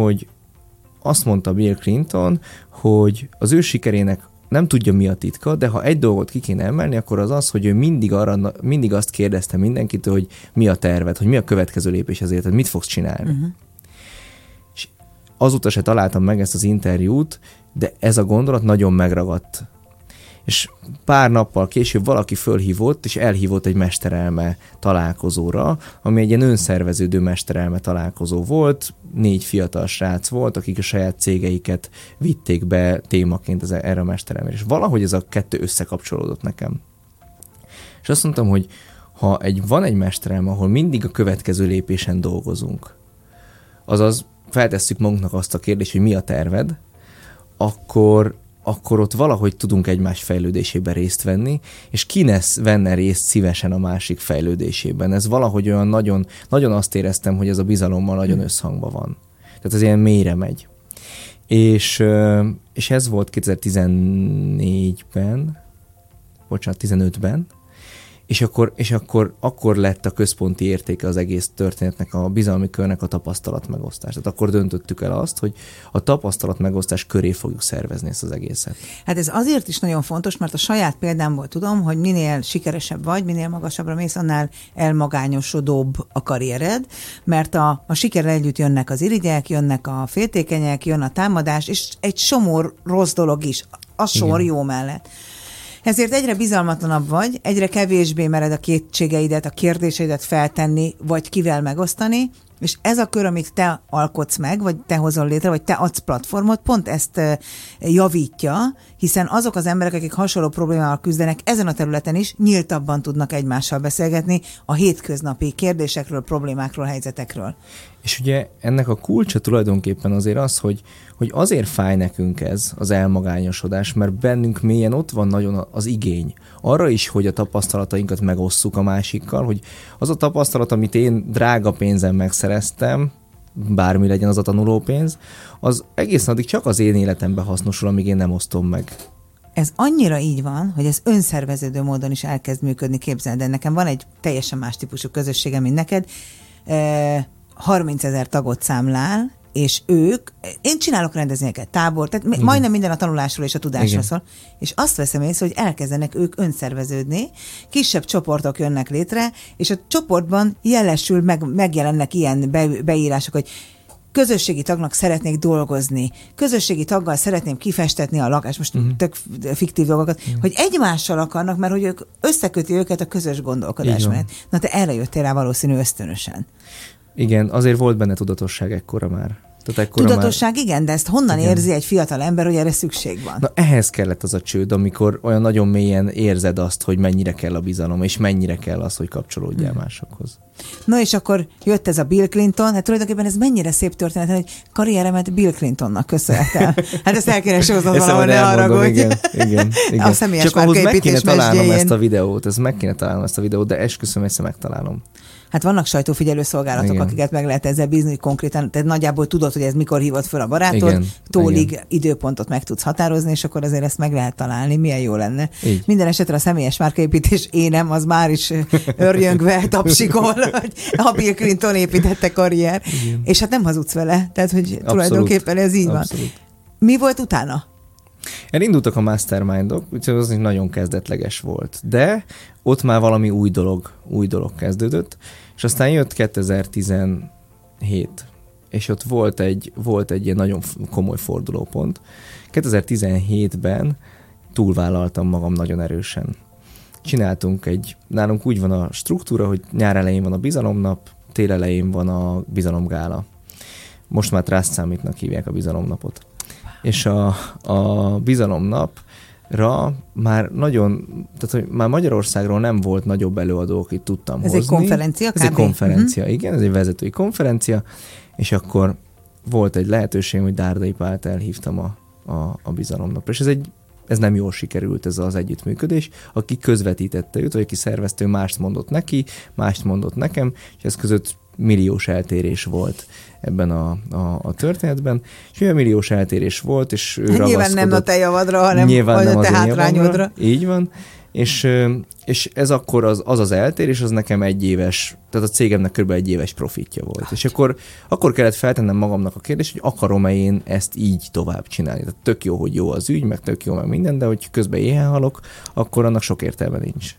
mondta Bill Clinton, hogy az ő sikerének nem tudja, mi a titka, de ha egy dolgot ki kéne emelni, akkor az, hogy ő mindig azt kérdezte mindenkitől, hogy mi a terved, hogy mi a következő lépés az életed, mit fogsz csinálni. Uh-huh. És azóta se találtam meg ezt az interjút, de ez a gondolat nagyon megragadt. És pár nappal később valaki fölhívott, és elhívott egy mesterelme találkozóra, ami egy ilyen önszerveződő mesterelme találkozó volt. 4 fiatal srác volt, akik a saját cégeiket vitték be témaként erre a mesterelmére. És valahogy ez a kettő összekapcsolódott nekem. És azt mondtam, hogy ha van egy mesterelme, ahol mindig a következő lépésen dolgozunk, azaz feltesszük magunknak azt a kérdést, hogy mi a terved, akkor ott valahogy tudunk egymás fejlődésében részt venni, és ki venne részt szívesen a másik fejlődésében. Ez valahogy olyan nagyon, nagyon azt éreztem, hogy ez a bizalommal nagyon összhangban van. Tehát ez ilyen mélyre megy. És ez volt 15-ben, és akkor lett a központi értéke az egész történetnek, a bizalmi körnek a tapasztalatmegosztás. Tehát akkor döntöttük el azt, hogy a tapasztalatmegosztás köré fogjuk szervezni ezt az egészet. Hát ez azért is nagyon fontos, mert a saját példámból tudom, hogy minél sikeresebb vagy, minél magasabbra mész, annál elmagányosodóbb a karriered, mert a sikerrel együtt jönnek az irigyek, jönnek a féltékenyek, jön a támadás, és egy somor rossz dolog is, a sor igen. Jó mellett. Ezért egyre bizalmatlanabb vagy, egyre kevésbé mered a kétségeidet, a kérdéseidet feltenni, vagy kivel megosztani, És ez a kör, amit te alkotsz meg, vagy te hozol létre, vagy te adsz platformot, pont ezt javítja, hiszen azok az emberek, akik hasonló problémával küzdenek ezen a területen is, nyíltabban tudnak egymással beszélgetni a hétköznapi kérdésekről, problémákról, helyzetekről. És ugye ennek a kulcsa tulajdonképpen azért az, hogy azért fáj nekünk ez az elmagányosodás, mert bennünk mélyen ott van nagyon az igény. Arra is, hogy a tapasztalatainkat megosszuk a másikkal, hogy az a tapasztalat, amit én drága pénzen megszereztem, bármi legyen az a tanulópénz, az egészen addig csak az én életemben hasznosul, amíg én nem osztom meg. Ez annyira így van, hogy ez önszerveződő módon is elkezd működni, képzeld, de nekem van egy teljesen más típusú közösségem, mint neked, 30 000 tagot számlál, és én csinálok rendezvényeket, tábor, tehát majdnem minden a tanulásról és a tudásról szól, és azt veszem észre, hogy elkezdenek ők önszerveződni, kisebb csoportok jönnek létre, és a csoportban jelesül, megjelennek ilyen beírások, hogy közösségi tagnak szeretnék dolgozni, közösségi taggal szeretném kifestetni a lakást, most tök fiktív dolgokat, hogy egymással akarnak, mert hogy ők összeköti őket a közös gondolkodás mellett. Na te erre jöttél rá valószínű ösztönösen. Igen, azért volt benne tudatosság ekkora már. Tudatosság, igen, de ezt honnan érzi egy fiatal ember, hogy erre szükség van? Na ehhez kellett az a csőd, amikor olyan nagyon mélyen érzed azt, hogy mennyire kell a bizalom, és mennyire kell az, hogy kapcsolódjál másokhoz. Na és akkor jött ez a Bill Clinton, hát tulajdonképpen ez mennyire szép történet, hogy karrieremet Bill Clintonnak köszönhetem. Hát ezt el kéne sóznod valahol, ne haragudj. Igen. A személyes csak ahhoz meg kéne találnom mesdjén. ezt a videót, de esküszöm, egyszer megtalálom. Hát vannak sajtófigyelő szolgálatok, akiket meg lehet ezzel bízni konkrétan, tehát nagyjából tudod, hogy ez mikor hívott föl a barátod, tólig időpontot meg tudsz határozni, és akkor azért ezt meg lehet találni, milyen jó lenne. Így. Minden esetre a személyes márkaépítés énem, az már is örjöngve tapsikol, hogy a Bill Clinton építette karrier, és hát nem hazudsz vele, tehát hogy tulajdonképpen ez így van. Mi volt utána? Elindultak a mastermindok, úgyhogy az nagyon kezdetleges volt, de ott már valami új dolog kezdődött, és aztán jött 2017, és ott volt egy ilyen nagyon komoly fordulópont. 2017-ben túlvállaltam magam nagyon erősen. Csináltunk nálunk úgy van a struktúra, hogy nyár elején van a bizalomnap, tél elején van a bizalomgála. Most már Trust Summitnak hívják a bizalomnapot. És a bizalomnapra már nagyon, tehát hogy már Magyarországról nem volt nagyobb előadó, akit tudtam hozni. Ez egy konferencia? Ez egy konferencia, igen, ez egy vezetői konferencia, és akkor volt egy lehetőség, hogy Dárdai Pált elhívtam a bizalomnapra. És ez nem jól sikerült, ez az együttműködés. Aki közvetítette őt, vagy aki szervezte, mást mondott neki, mást mondott nekem, és ez között milliós eltérés volt ebben a történetben. És olyan milliós eltérés volt, és ő ragaszkodott. Nyilván nem a te javadra, hanem a te hátrányodra. Így van. És ez akkor az eltérés, az nekem 1 éves, tehát a cégemnek kb. 1 éves profitja volt. És akkor kellett feltennem magamnak a kérdést, hogy akarom-e én ezt így tovább csinálni. Tehát tök jó, hogy jó az ügy, meg tök jó, meg minden, de hogy közben éhen halok, akkor annak sok értelme nincs.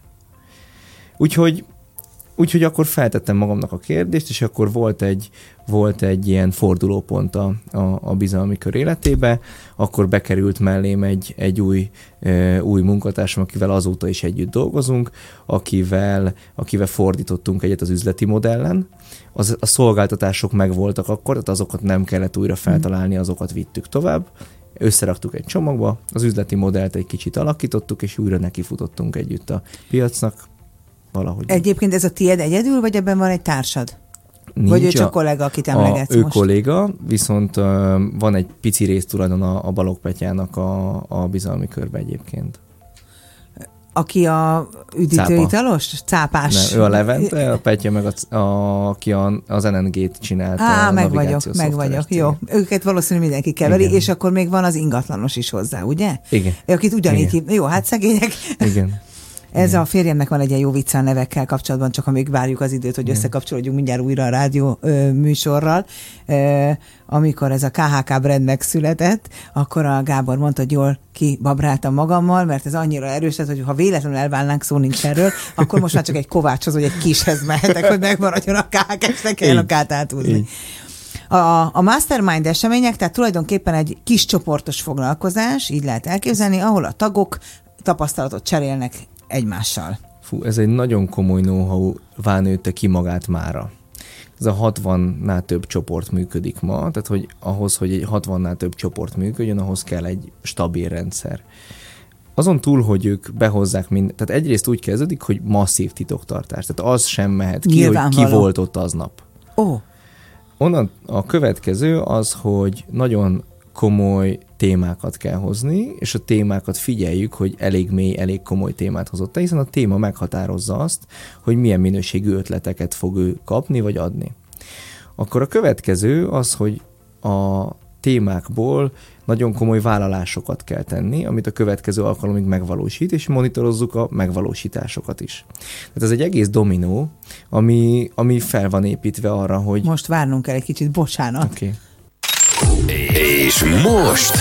Úgyhogy akkor feltettem magamnak a kérdést, és akkor volt egy ilyen fordulópont a bizalmi kör életébe, akkor bekerült mellém egy új munkatársam, akivel azóta is együtt dolgozunk, akivel fordítottunk egyet az üzleti modellen. A szolgáltatások megvoltak akkor, tehát azokat nem kellett újra feltalálni, azokat vittük tovább. Összeraktuk egy csomagba, az üzleti modellt egy kicsit alakítottuk, és újra nekifutottunk együtt a piacnak. Valahogy. Egyébként ez a tiéd egyedül, vagy ebben van egy társad? Nincs, vagy ő csak kollega, akit emlegetsz most? Ő kolléga, viszont van egy pici résztulajdon a Balogh Petyának a bizalmi körbe egyébként. Aki a üdítőitalos? Cápás? Nem, ő a Levente, a Petya meg aki az NNG-t csinálta. Meg vagyok. Jó. Őket valószínűleg mindenki keveri, és akkor még van az ingatlanos is hozzá, ugye? Igen. Akit ugyanígy hív. Jó, hát szegények. Igen. Ez a férjemnek van egy ilyen jó vicc a nevekkel kapcsolatban, csak amíg várjuk az időt, hogy összekapcsolódjunk mindjárt újra a rádió műsorral. Amikor ez a KHK brand megszületett, akkor a Gábor mondta, hogy jól kibabráltam magammal, mert ez annyira erős, hogy ha véletlenül elválnánk, szó nincs erről, akkor most már csak egy Kovácshoz, vagy egy Kishez mehetek, hogy megmaradjon a KHK, és ne kelljen a K-t átúzni. A mastermind események, tehát tulajdonképpen egy kis csoportos foglalkozás, így lehet elképzelni, ahol a tagok tapasztalatot cserélnek egymással. Ez egy nagyon komoly know-how nőtte ki magát mára. ez a 60-nál több csoport működik ma, tehát hogy ahhoz, hogy egy 60-nál több csoport működjön, ahhoz kell egy stabil rendszer. Azon túl, hogy ők behozzák tehát egyrészt úgy kezdődik, hogy masszív titoktartás, tehát az sem mehet ki, hogy ki volt ott aznap. Onnan a következő az, hogy nagyon komoly témákat kell hozni, és a témákat figyeljük, hogy elég mély, elég komoly témát hozott, hiszen a téma meghatározza azt, hogy milyen minőségű ötleteket fog ő kapni vagy adni. Akkor a következő az, hogy a témákból nagyon komoly vállalásokat kell tenni, amit a következő alkalomig megvalósít, és monitorozzuk a megvalósításokat is. Tehát ez egy egész dominó, ami fel van építve arra, hogy... Most várnunk kell egy kicsit, bocsánat. Okay. És most...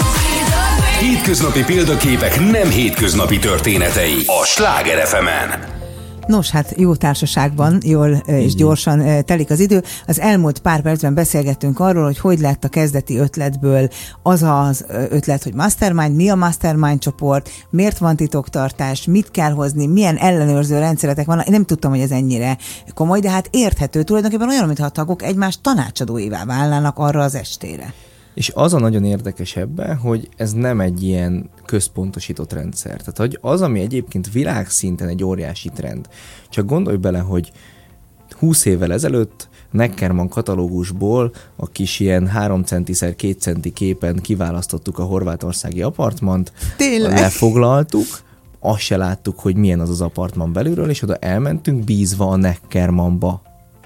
Hétköznapi példaképek nem hétköznapi történetei a Sláger FM-en. Nos, hát jó társaságban, jól és gyorsan telik az idő. Az elmúlt pár percben beszélgettünk arról, hogy lett a kezdeti ötletből az ötlet, hogy mastermind, mi a mastermind csoport, miért van titoktartás, mit kell hozni, milyen ellenőrző rendszeretek vannak. Én nem tudtam, hogy ez ennyire komoly, de hát érthető. Tulajdonképpen olyan, mintha a tagok egymás tanácsadóivá válnának arra az estére. És az a nagyon érdekes ebben, hogy ez nem egy ilyen központosított rendszer. Tehát hogy az, ami egyébként világszinten egy óriási trend. Csak gondolj bele, hogy 20 évvel ezelőtt Neckermann katalógusból a kis ilyen 3 cm x 2 cm képen kiválasztottuk a horvátországi apartmant, lefoglaltuk, azt se láttuk, hogy milyen az apartman belülről, és oda elmentünk bízva a Neckermannba.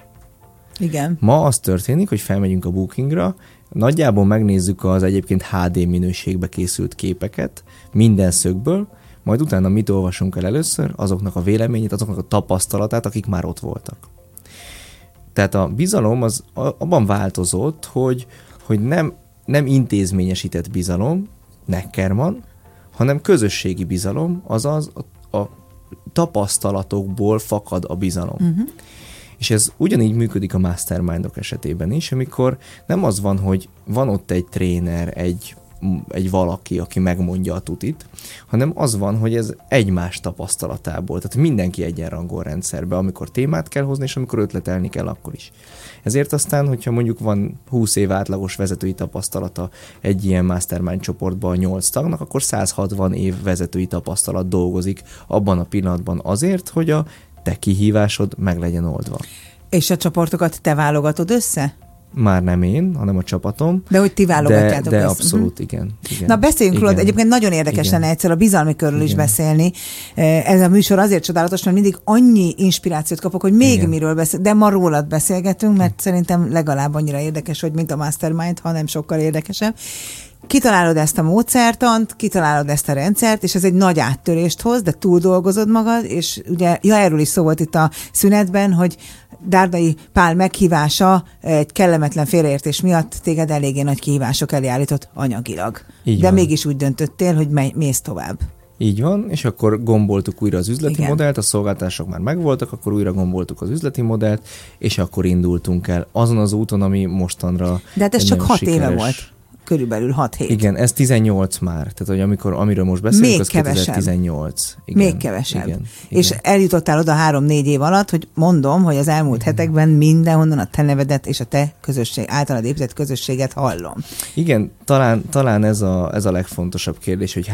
Igen. Ma az történik, hogy felmegyünk a Bookingra, nagyjából megnézzük az egyébként HD minőségbe készült képeket minden szögből, majd utána mit olvasunk el először? Azoknak a véleményét, azoknak a tapasztalatát, akik már ott voltak. Tehát a bizalom az abban változott, hogy nem intézményesített bizalom, Neckermann, hanem közösségi bizalom, azaz a tapasztalatokból fakad a bizalom. Uh-huh. És ez ugyanígy működik a mastermindok esetében is, amikor nem az van, hogy van ott egy tréner, egy valaki, aki megmondja a tutit, hanem az van, hogy ez egymás tapasztalatából, tehát mindenki egyenrangú rendszerbe, amikor témát kell hozni, és amikor ötletelni kell, akkor is. Ezért aztán, hogyha mondjuk van 20 év átlagos vezetői tapasztalata egy ilyen mastermind csoportban 8 tagnak, akkor 160 év vezetői tapasztalat dolgozik abban a pillanatban azért, hogy a te kihívásod meg legyen oldva. És a csoportokat te válogatod össze? Már nem én, hanem a csapatom. De hogy ti válogatjátok de össze. Abszolút, igen. Na beszéljünk róla, egyébként nagyon érdekes lenne egyszer a bizalmi körről is beszélni. Ez a műsor azért csodálatos, mert mindig annyi inspirációt kapok, hogy még miről beszél, de ma rólad beszélgetünk, mert szerintem legalább annyira érdekes, hogy mint a mastermind, hanem sokkal érdekesebb. Kitalálod ezt a módszertant, kitalálod ezt a rendszert, és ez egy nagy áttörést hoz, de túldolgozod magad, és ugye, erről is szó volt itt a szünetben, hogy Dárdai Pál meghívása egy kellemetlen félreértés miatt téged eléggé nagy kihívások elé állított anyagilag. Így de van. Mégis úgy döntöttél, hogy mész tovább. Így van, és akkor gomboltuk újra az üzleti modellt, a szolgáltatások már megvoltak, akkor újra gomboltuk az üzleti modellt, és akkor indultunk el azon az úton, ami mostanra. De hát ez csak 6 éve volt. Körülbelül 6 hét. Igen, ez 18 már. Tehát, hogy amiről most beszélünk, még az kevesebb. 2018. Igen, még kevesebb. Igen. És eljutottál oda 3-4 év alatt, hogy mondom, hogy az elmúlt hetekben mindenhonnan a te nevedet és a te általad épített közösséget hallom. Igen, talán ez a legfontosabb kérdés, hogy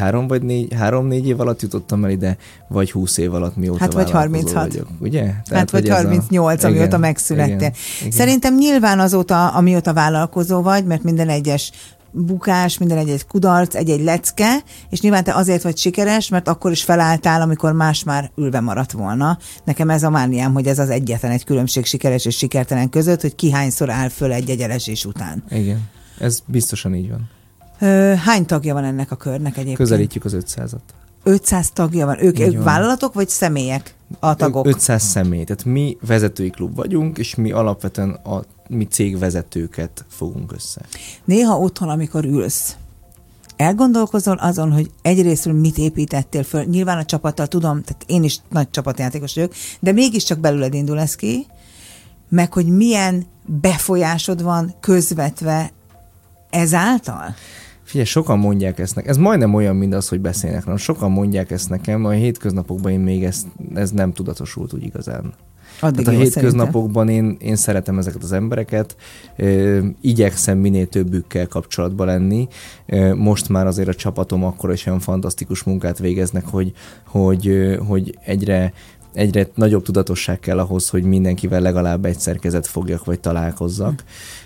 3-4 év alatt jutottam el ide, vagy 20 év alatt mióta hát vagy 36. vagyok, ugye? Tehát, hát vagy 38, amióta megszülettél. Szerintem nyilván azóta, amióta vállalkozó vagy, mert minden egyes bukás, minden egy kudarc, egy lecke, és nyilván te azért vagy sikeres, mert akkor is felálltál, amikor más már ülve maradt volna. Nekem ez a mániám, hogy ez az egyetlen egy különbség sikeres és sikertelen között, hogy ki hányszor áll föl egy elesés után. Igen, ez biztosan így van. Hány tagja van ennek a körnek egyébként? Közelítjük az 500-at. 500 tagja van. Ők vállalatok vagy személyek a tagok? 500 személy. Tehát mi vezetői klub vagyunk, és mi alapvetően mi cégvezetőket fogunk össze. Néha otthon, amikor ülsz, elgondolkozol azon, hogy egyrésztről mit építettél föl. Nyilván a csapattal tudom, tehát én is nagy csapatjátékos vagyok, de mégiscsak belőled indul ez ki, meg hogy milyen befolyásod van közvetve ezáltal? Figyelj, sokan mondják ezt nekem. Ez majdnem olyan, mint az, hogy beszélnek. Sokan mondják ezt nekem, a hétköznapokban én még ez nem tudatosult úgy igazán. Addig tehát a jó, hétköznapokban én szeretem ezeket az embereket, igyekszem minél többükkel kapcsolatban lenni. Most már azért a csapatom akkora is olyan fantasztikus munkát végeznek, hogy egyre nagyobb tudatosság kell ahhoz, hogy mindenkivel legalább egyszer kezet fogjak, vagy találkozzak.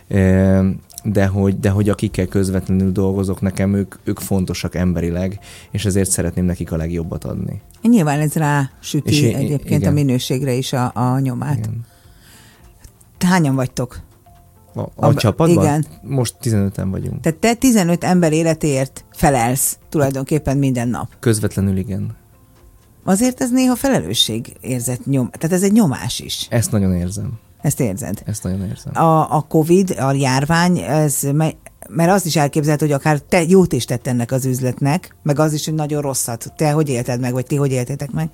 De hogy akikkel közvetlenül dolgozok, nekem ők fontosak emberileg, és ezért szeretném nekik a legjobbat adni. Nyilván ez rásüti egyébként igen. A minőségre is a nyomát. Igen. Hányan vagytok? A csapatban? Igen. Most 15-en vagyunk. Tehát te 15 ember életéért felelsz tulajdonképpen minden nap. Közvetlenül igen. Azért ez néha felelősségérzet tehát ez egy nyomás is. Ezt nagyon érzem. Ezt érzed? Ezt nagyon érzem. A Covid, a járvány, mert azt is elképzelhet, hogy akár te jót is tett ennek az üzletnek, meg az is, hogy nagyon rosszat. Te hogy élted meg, vagy ti hogy éltétek meg?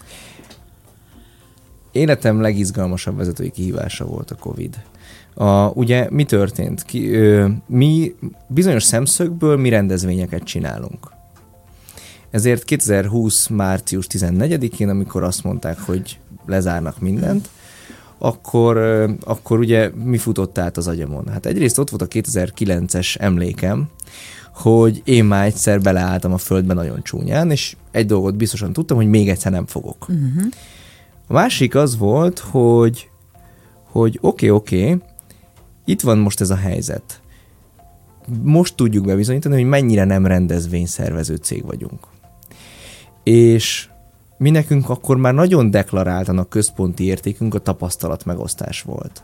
Életem legizgalmasabb vezetői kihívása volt a Covid. Ugye mi történt? Mi bizonyos szemszögből mi rendezvényeket csinálunk. Ezért 2020. március 14-én, amikor azt mondták, hogy lezárnak mindent, akkor ugye mi futott át az agyamon? Hát egyrészt ott volt a 2009-es emlékem, hogy én már egyszer beleálltam a földbe nagyon csúnyán, és egy dolgot biztosan tudtam, hogy még egyszer nem fogok. Uh-huh. A másik az volt, hogy oké, itt van most ez a helyzet. Most tudjuk bebizonyítani, hogy mennyire nem rendezvényszervező cég vagyunk. És mi nekünk akkor már nagyon deklaráltan a központi értékünk a tapasztalat megosztás volt.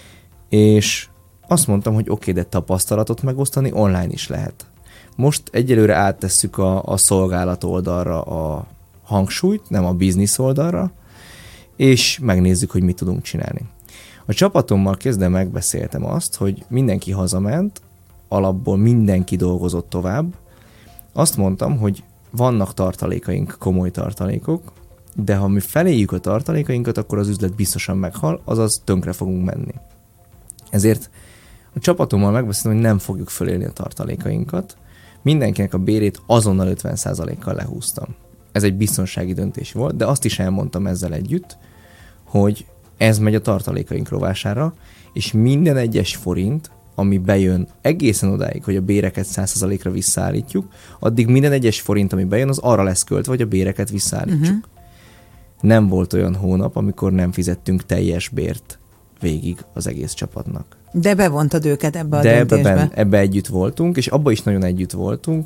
És azt mondtam, hogy oké, de tapasztalatot megosztani online is lehet. Most egyelőre áttesszük a szolgálat oldalra a hangsúlyt, nem a biznisz oldalra, és megnézzük, hogy mit tudunk csinálni. A csapatommal kezdve megbeszéltem azt, hogy mindenki hazament, alapból mindenki dolgozott tovább. Azt mondtam, hogy vannak tartalékaink, komoly tartalékok, de ha mi feléjük a tartalékainkat, akkor az üzlet biztosan meghal, azaz tönkre fogunk menni. Ezért a csapatommal megbeszéltem, hogy nem fogjuk fölélni a tartalékainkat, mindenkinek a bérét azonnal 50%-kal lehúztam. Ez egy biztonsági döntés volt, de azt is elmondtam ezzel együtt, hogy ez megy a tartalékaink rovására, és minden egyes forint, ami bejön egészen odáig, hogy a béreket 100%-ra visszaállítjuk, addig minden egyes forint, ami bejön, az arra lesz költve, hogy a béreket visszaállítsuk. Uh-huh. Nem volt olyan hónap, amikor nem fizettünk teljes bért végig az egész csapatnak. De bevontad őket ebbe a döntésbe. Ebbe együtt voltunk, és abba is nagyon együtt voltunk,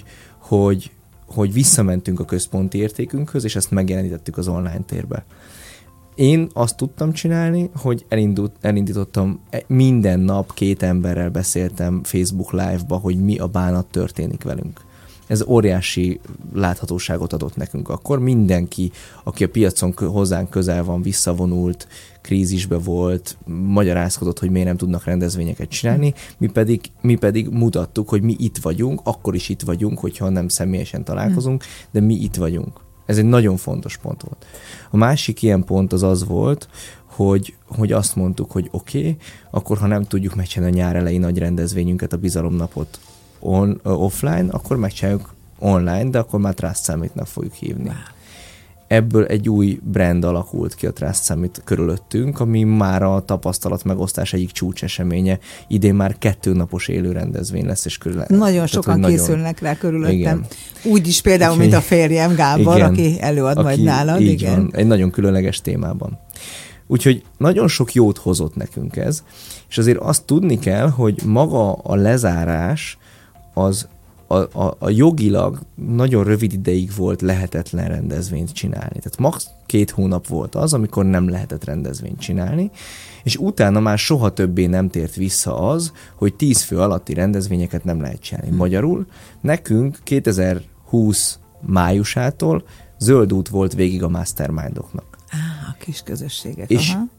hogy visszamentünk a központi értékünkhöz, és ezt megjelenítettük az online térbe. Én azt tudtam csinálni, hogy elindítottam minden nap 2 emberrel beszéltem Facebook Live-ba, hogy mi a bánat történik velünk. Ez óriási láthatóságot adott nekünk. Akkor mindenki, aki a piacon hozzánk közel van, visszavonult, krízisbe volt, magyarázkodott, hogy miért nem tudnak rendezvényeket csinálni, mi pedig mutattuk, hogy mi itt vagyunk, akkor is itt vagyunk, hogyha nem személyesen találkozunk, de mi itt vagyunk. Ez egy nagyon fontos pont volt. A másik ilyen pont az volt, hogy azt mondtuk, hogy oké, akkor ha nem tudjuk megcsinálni a nyár elején nagy rendezvényünket, a bizalomnapot offline, akkor megcsináljuk online, de akkor már Trust Summit-nak fogjuk hívni. Wow. Ebből egy új brand alakult ki a Trust Summit körülöttünk, ami már a tapasztalat megosztás egyik csúcseseménye. Idén már 2 napos élő rendezvény lesz, és nagyon sokan készülnek rá körülöttem. Igen. Úgy is például, mint a férjem Gábor, igen, aki előad majd nálad. Igen. Van, egy nagyon különleges témában. Úgyhogy nagyon sok jót hozott nekünk ez, és azért azt tudni kell, hogy maga a lezárás az a jogilag nagyon rövid ideig volt lehetetlen rendezvényt csinálni. Tehát max. 2 hónap volt az, amikor nem lehetett rendezvényt csinálni, és utána már soha többé nem tért vissza az, hogy 10 fő alatti rendezvényeket nem lehet csinálni. Magyarul nekünk 2020 májusától zöld út volt végig a mastermindoknak. A kis közösségek. És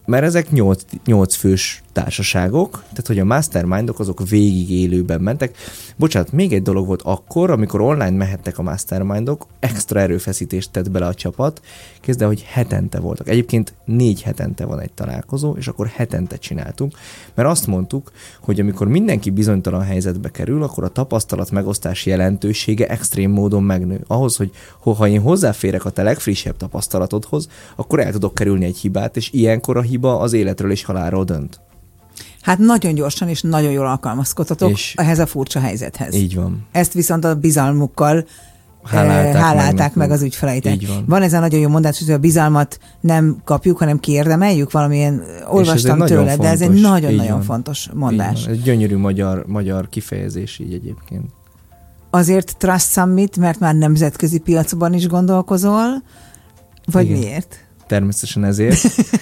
mert ezek 8 fős társaságok, tehát hogy a mastermindok azok végig élőben mentek. Bocsánat, még egy dolog volt akkor, amikor online mehettek a mastermindok, extra erőfeszítést tett bele a csapat, kezdve, hogy hetente voltak. Egyébként 4 hetente van egy találkozó, és akkor hetente csináltunk, mert azt mondtuk, hogy amikor mindenki bizonytalan helyzetbe kerül, akkor a tapasztalat megosztás jelentősége extrém módon megnő. Ahhoz, hogy ha én hozzáférek a te legfrissebb tapasztalatodhoz, akkor el tudok kerülni egy hibát, és ilyenkor a hiba az életről és halálról dönt. Hát nagyon gyorsan és nagyon jól alkalmazkodhatok ehhez a furcsa helyzethez. Így van. Ezt viszont a bizalmukkal hálálták meg az ügyfeleitek. Van ez a nagyon jó mondás, hogy a bizalmat nem kapjuk, hanem kiérdemeljük, valamilyen olvastam tőle, fontos, de ez egy nagyon-nagyon fontos mondás. Ez gyönyörű magyar kifejezés így egyébként. Azért Trust Summit, mert már nemzetközi piacban is gondolkozol, vagy igen. Miért? Természetesen ezért.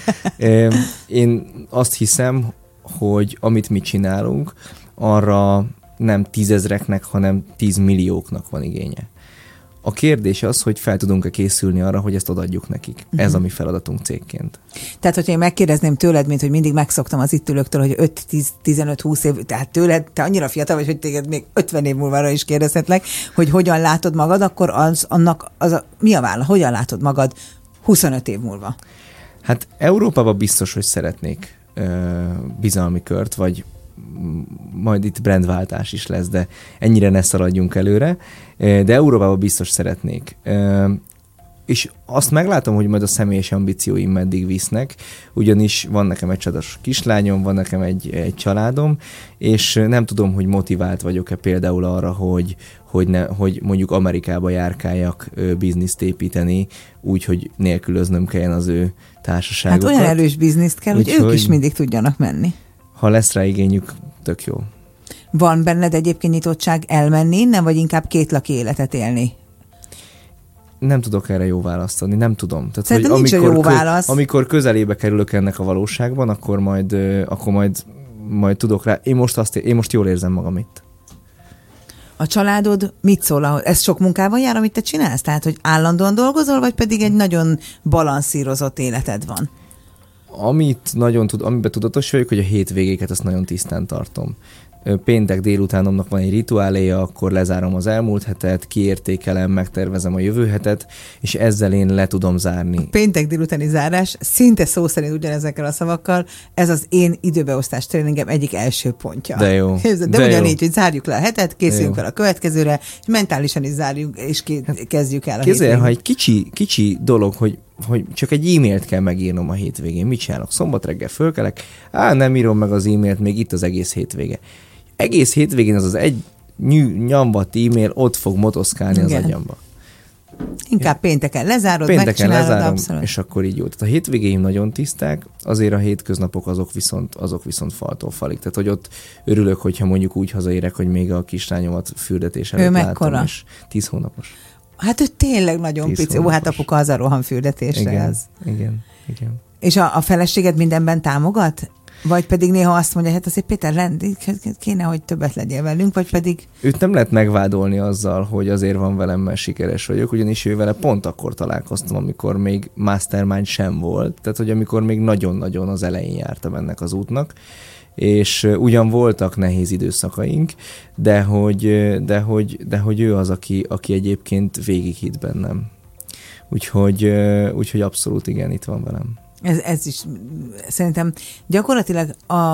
Én azt hiszem, hogy amit mi csinálunk, arra nem 10 000-eknek, hanem 10 millióknak van igénye. A kérdés az, hogy fel tudunk-e készülni arra, hogy ezt odaadjuk nekik. Ez a mi feladatunk cégként. Tehát, hogyha én megkérdezném tőled, mint hogy mindig megszoktam az itt ülőktől, hogy 5-10-15-20 év, tehát tőled, te annyira fiatal vagy, hogy téged még 50 év múlva is kérdezhetlek, hogy hogyan látod magad, akkor mi a válasz? Hogyan látod magad 25 év múlva? Hát Európában biztos, hogy szeretnék bizalmi kört, vagy majd itt brandváltás is lesz, de ennyire ne szaladjunk előre, de Európában biztos szeretnék. És azt meglátom, hogy majd a személyes ambícióim meddig visznek, ugyanis van nekem egy csodálatos kislányom, van nekem egy családom, és nem tudom, hogy motivált vagyok-e például arra, hogy mondjuk Amerikába járkáljak bizniszt építeni, úgy, hogy nélkülöznöm kelljen az ő társaságokat. Hát olyan erős bizniszt kell, hogy ők is mindig tudjanak menni. Ha lesz rá igényük, tök jó. Van benned egyébként nyitottság elmenni innen, vagy inkább kétlaki életet élni? Nem tudok erre jó választ adni, nem tudom. Tehát, szerintem nincs jó válasz. Amikor közelébe kerülök ennek a valóságban, akkor majd tudok rá. Én most jól érzem magam itt. A családod mit szól? Ez sok munkában jár, amit te csinálsz? Tehát, hogy állandóan dolgozol, vagy pedig egy nagyon balanszírozott életed van? Amiben tudatos vagyok, hogy a hétvégéket azt nagyon tisztán tartom. Péntek délutánomnak van egy rituáléja, akkor lezárom az elmúlt hetet, kiértékelem, megtervezem a jövő hetet, és ezzel én le tudom zárni. A péntek délutáni zárás, szinte szó szerint ugyanezekkel a szavakkal, ez az én időbeosztás tréningem egyik első pontja. De jó. De ugyanígy, hogy zárjuk le a hetet, készüljünk fel a következőre, és mentálisan is zárjuk, és kezdjük el a hétvégén. Ha egy kicsi dolog, hogy csak egy e-mailt kell megírnom a hétvégén. Mit csinálok? Szombat reggel fölkelek, nem írom meg az e-mailt, még itt az egész hétvége. Egész hétvégén az egy nyambat e-mail ott fog motoszkálni az agyamba. Inkább pénteken lezárod, megcsinálod, abszolút. És akkor így jó. Tehát a hétvégéim nagyon tiszták, azért a hétköznapok azok viszont faltól falig. Tehát, hogy ott örülök, hogyha mondjuk úgy hazaérek, hogy még a kislányomat fürdetés előtt látom, és 10 hónapos. Hát ő tényleg nagyon pici. Ó, hát apuka az a rohanfürdetésre. Igen. És a feleséged mindenben támogat? Vagy pedig néha azt mondja, hát azért Péter, kéne, hogy többet legyél velünk, vagy pedig... Őt nem lehet megvádolni azzal, hogy azért van velem, mert sikeres vagyok, ugyanis ő vele pont akkor találkoztam, amikor még mastermind sem volt, tehát hogy amikor még nagyon-nagyon az elején jártam ennek az útnak, és ugyan voltak nehéz időszakaink, de hogy ő az, aki egyébként végighitt bennem. Úgyhogy abszolút igen, itt van velem. Ez is szerintem gyakorlatilag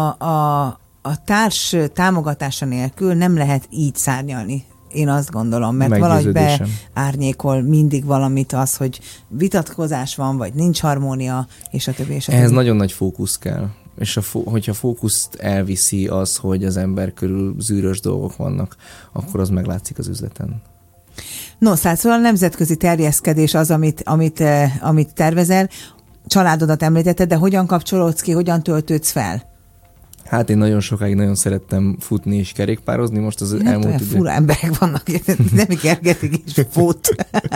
a társ támogatása nélkül nem lehet így szárnyalni. Én azt gondolom, mert valahogy beárnyékol mindig valamit az, hogy vitatkozás van, vagy nincs harmónia, és a többi. Ehhez nagyon nagy fókusz kell. És hogyha fókuszt elviszi az, hogy az ember körül zűrös dolgok vannak, akkor az meglátszik az üzleten. No, szóval a nemzetközi terjeszkedés az, amit tervezel. Családodat említetted, de hogyan kapcsolódsz ki, hogyan töltődsz fel? Hát én nagyon sokáig nagyon szerettem futni és kerékpározni, most az elmúlt idő... Fura emberek vannak, nem kergetik és fut.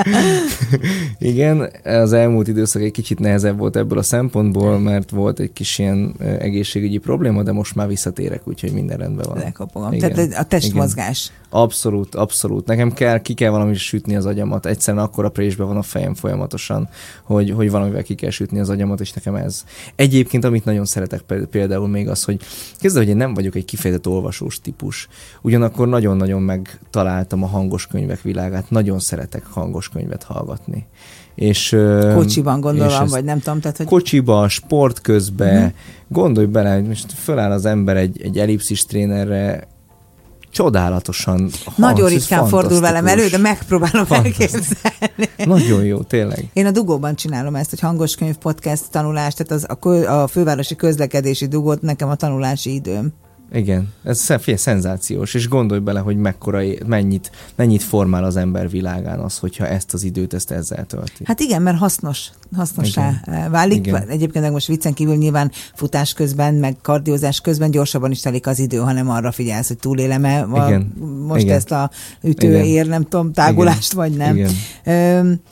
Igen, az elmúlt időszak egy kicsit nehezebb volt ebből a szempontból, mert volt egy kis ilyen egészségügyi probléma, de most már visszatérek, úgyhogy minden rendben van. Lekapogom. Tehát a testmozgás. Igen. Abszolút, abszolút. Nekem ki kell valamit sütni az agyamat. Egyszerűen akkora présbe van a fejem folyamatosan, hogy valamivel ki kell sütni az agyamat, és nekem ez. Egyébként, amit nagyon szeretek például még az, hogy kezdve, hogy én nem vagyok egy kifejezett olvasós típus. Ugyanakkor nagyon-nagyon megtaláltam a hangos könyvek világát. Nagyon szeretek hangos könyvet hallgatni. És, kocsiban gondolom, vagy nem tudom. Tehát, hogy... Kocsiban, sport közben. Gondolj bele, hogy most föláll az ember egy ellipszis trénerre, csodálatosan. Nagyon ritkán fordul velem elő, de megpróbálom elképzelni. Nagyon jó, tényleg. Én a Dugóban csinálom ezt, hogy hangoskönyv, podcast, tanulás, tehát a fővárosi közlekedési dugót nekem a tanulási időm. Igen, ez szenzációs, és gondolj bele, hogy mennyit formál az ember világán az, hogyha ezt az időt ezzel tölti. Hát igen, mert hasznossá válik. Igen. Egyébként most viccen kívül nyilván futás közben, meg kardiózás közben gyorsabban is telik az idő, hanem arra figyelsz, hogy túlélem-e most igen. Ezt a ütőér, nem tudom, tágulást, igen. Vagy nem. Igen.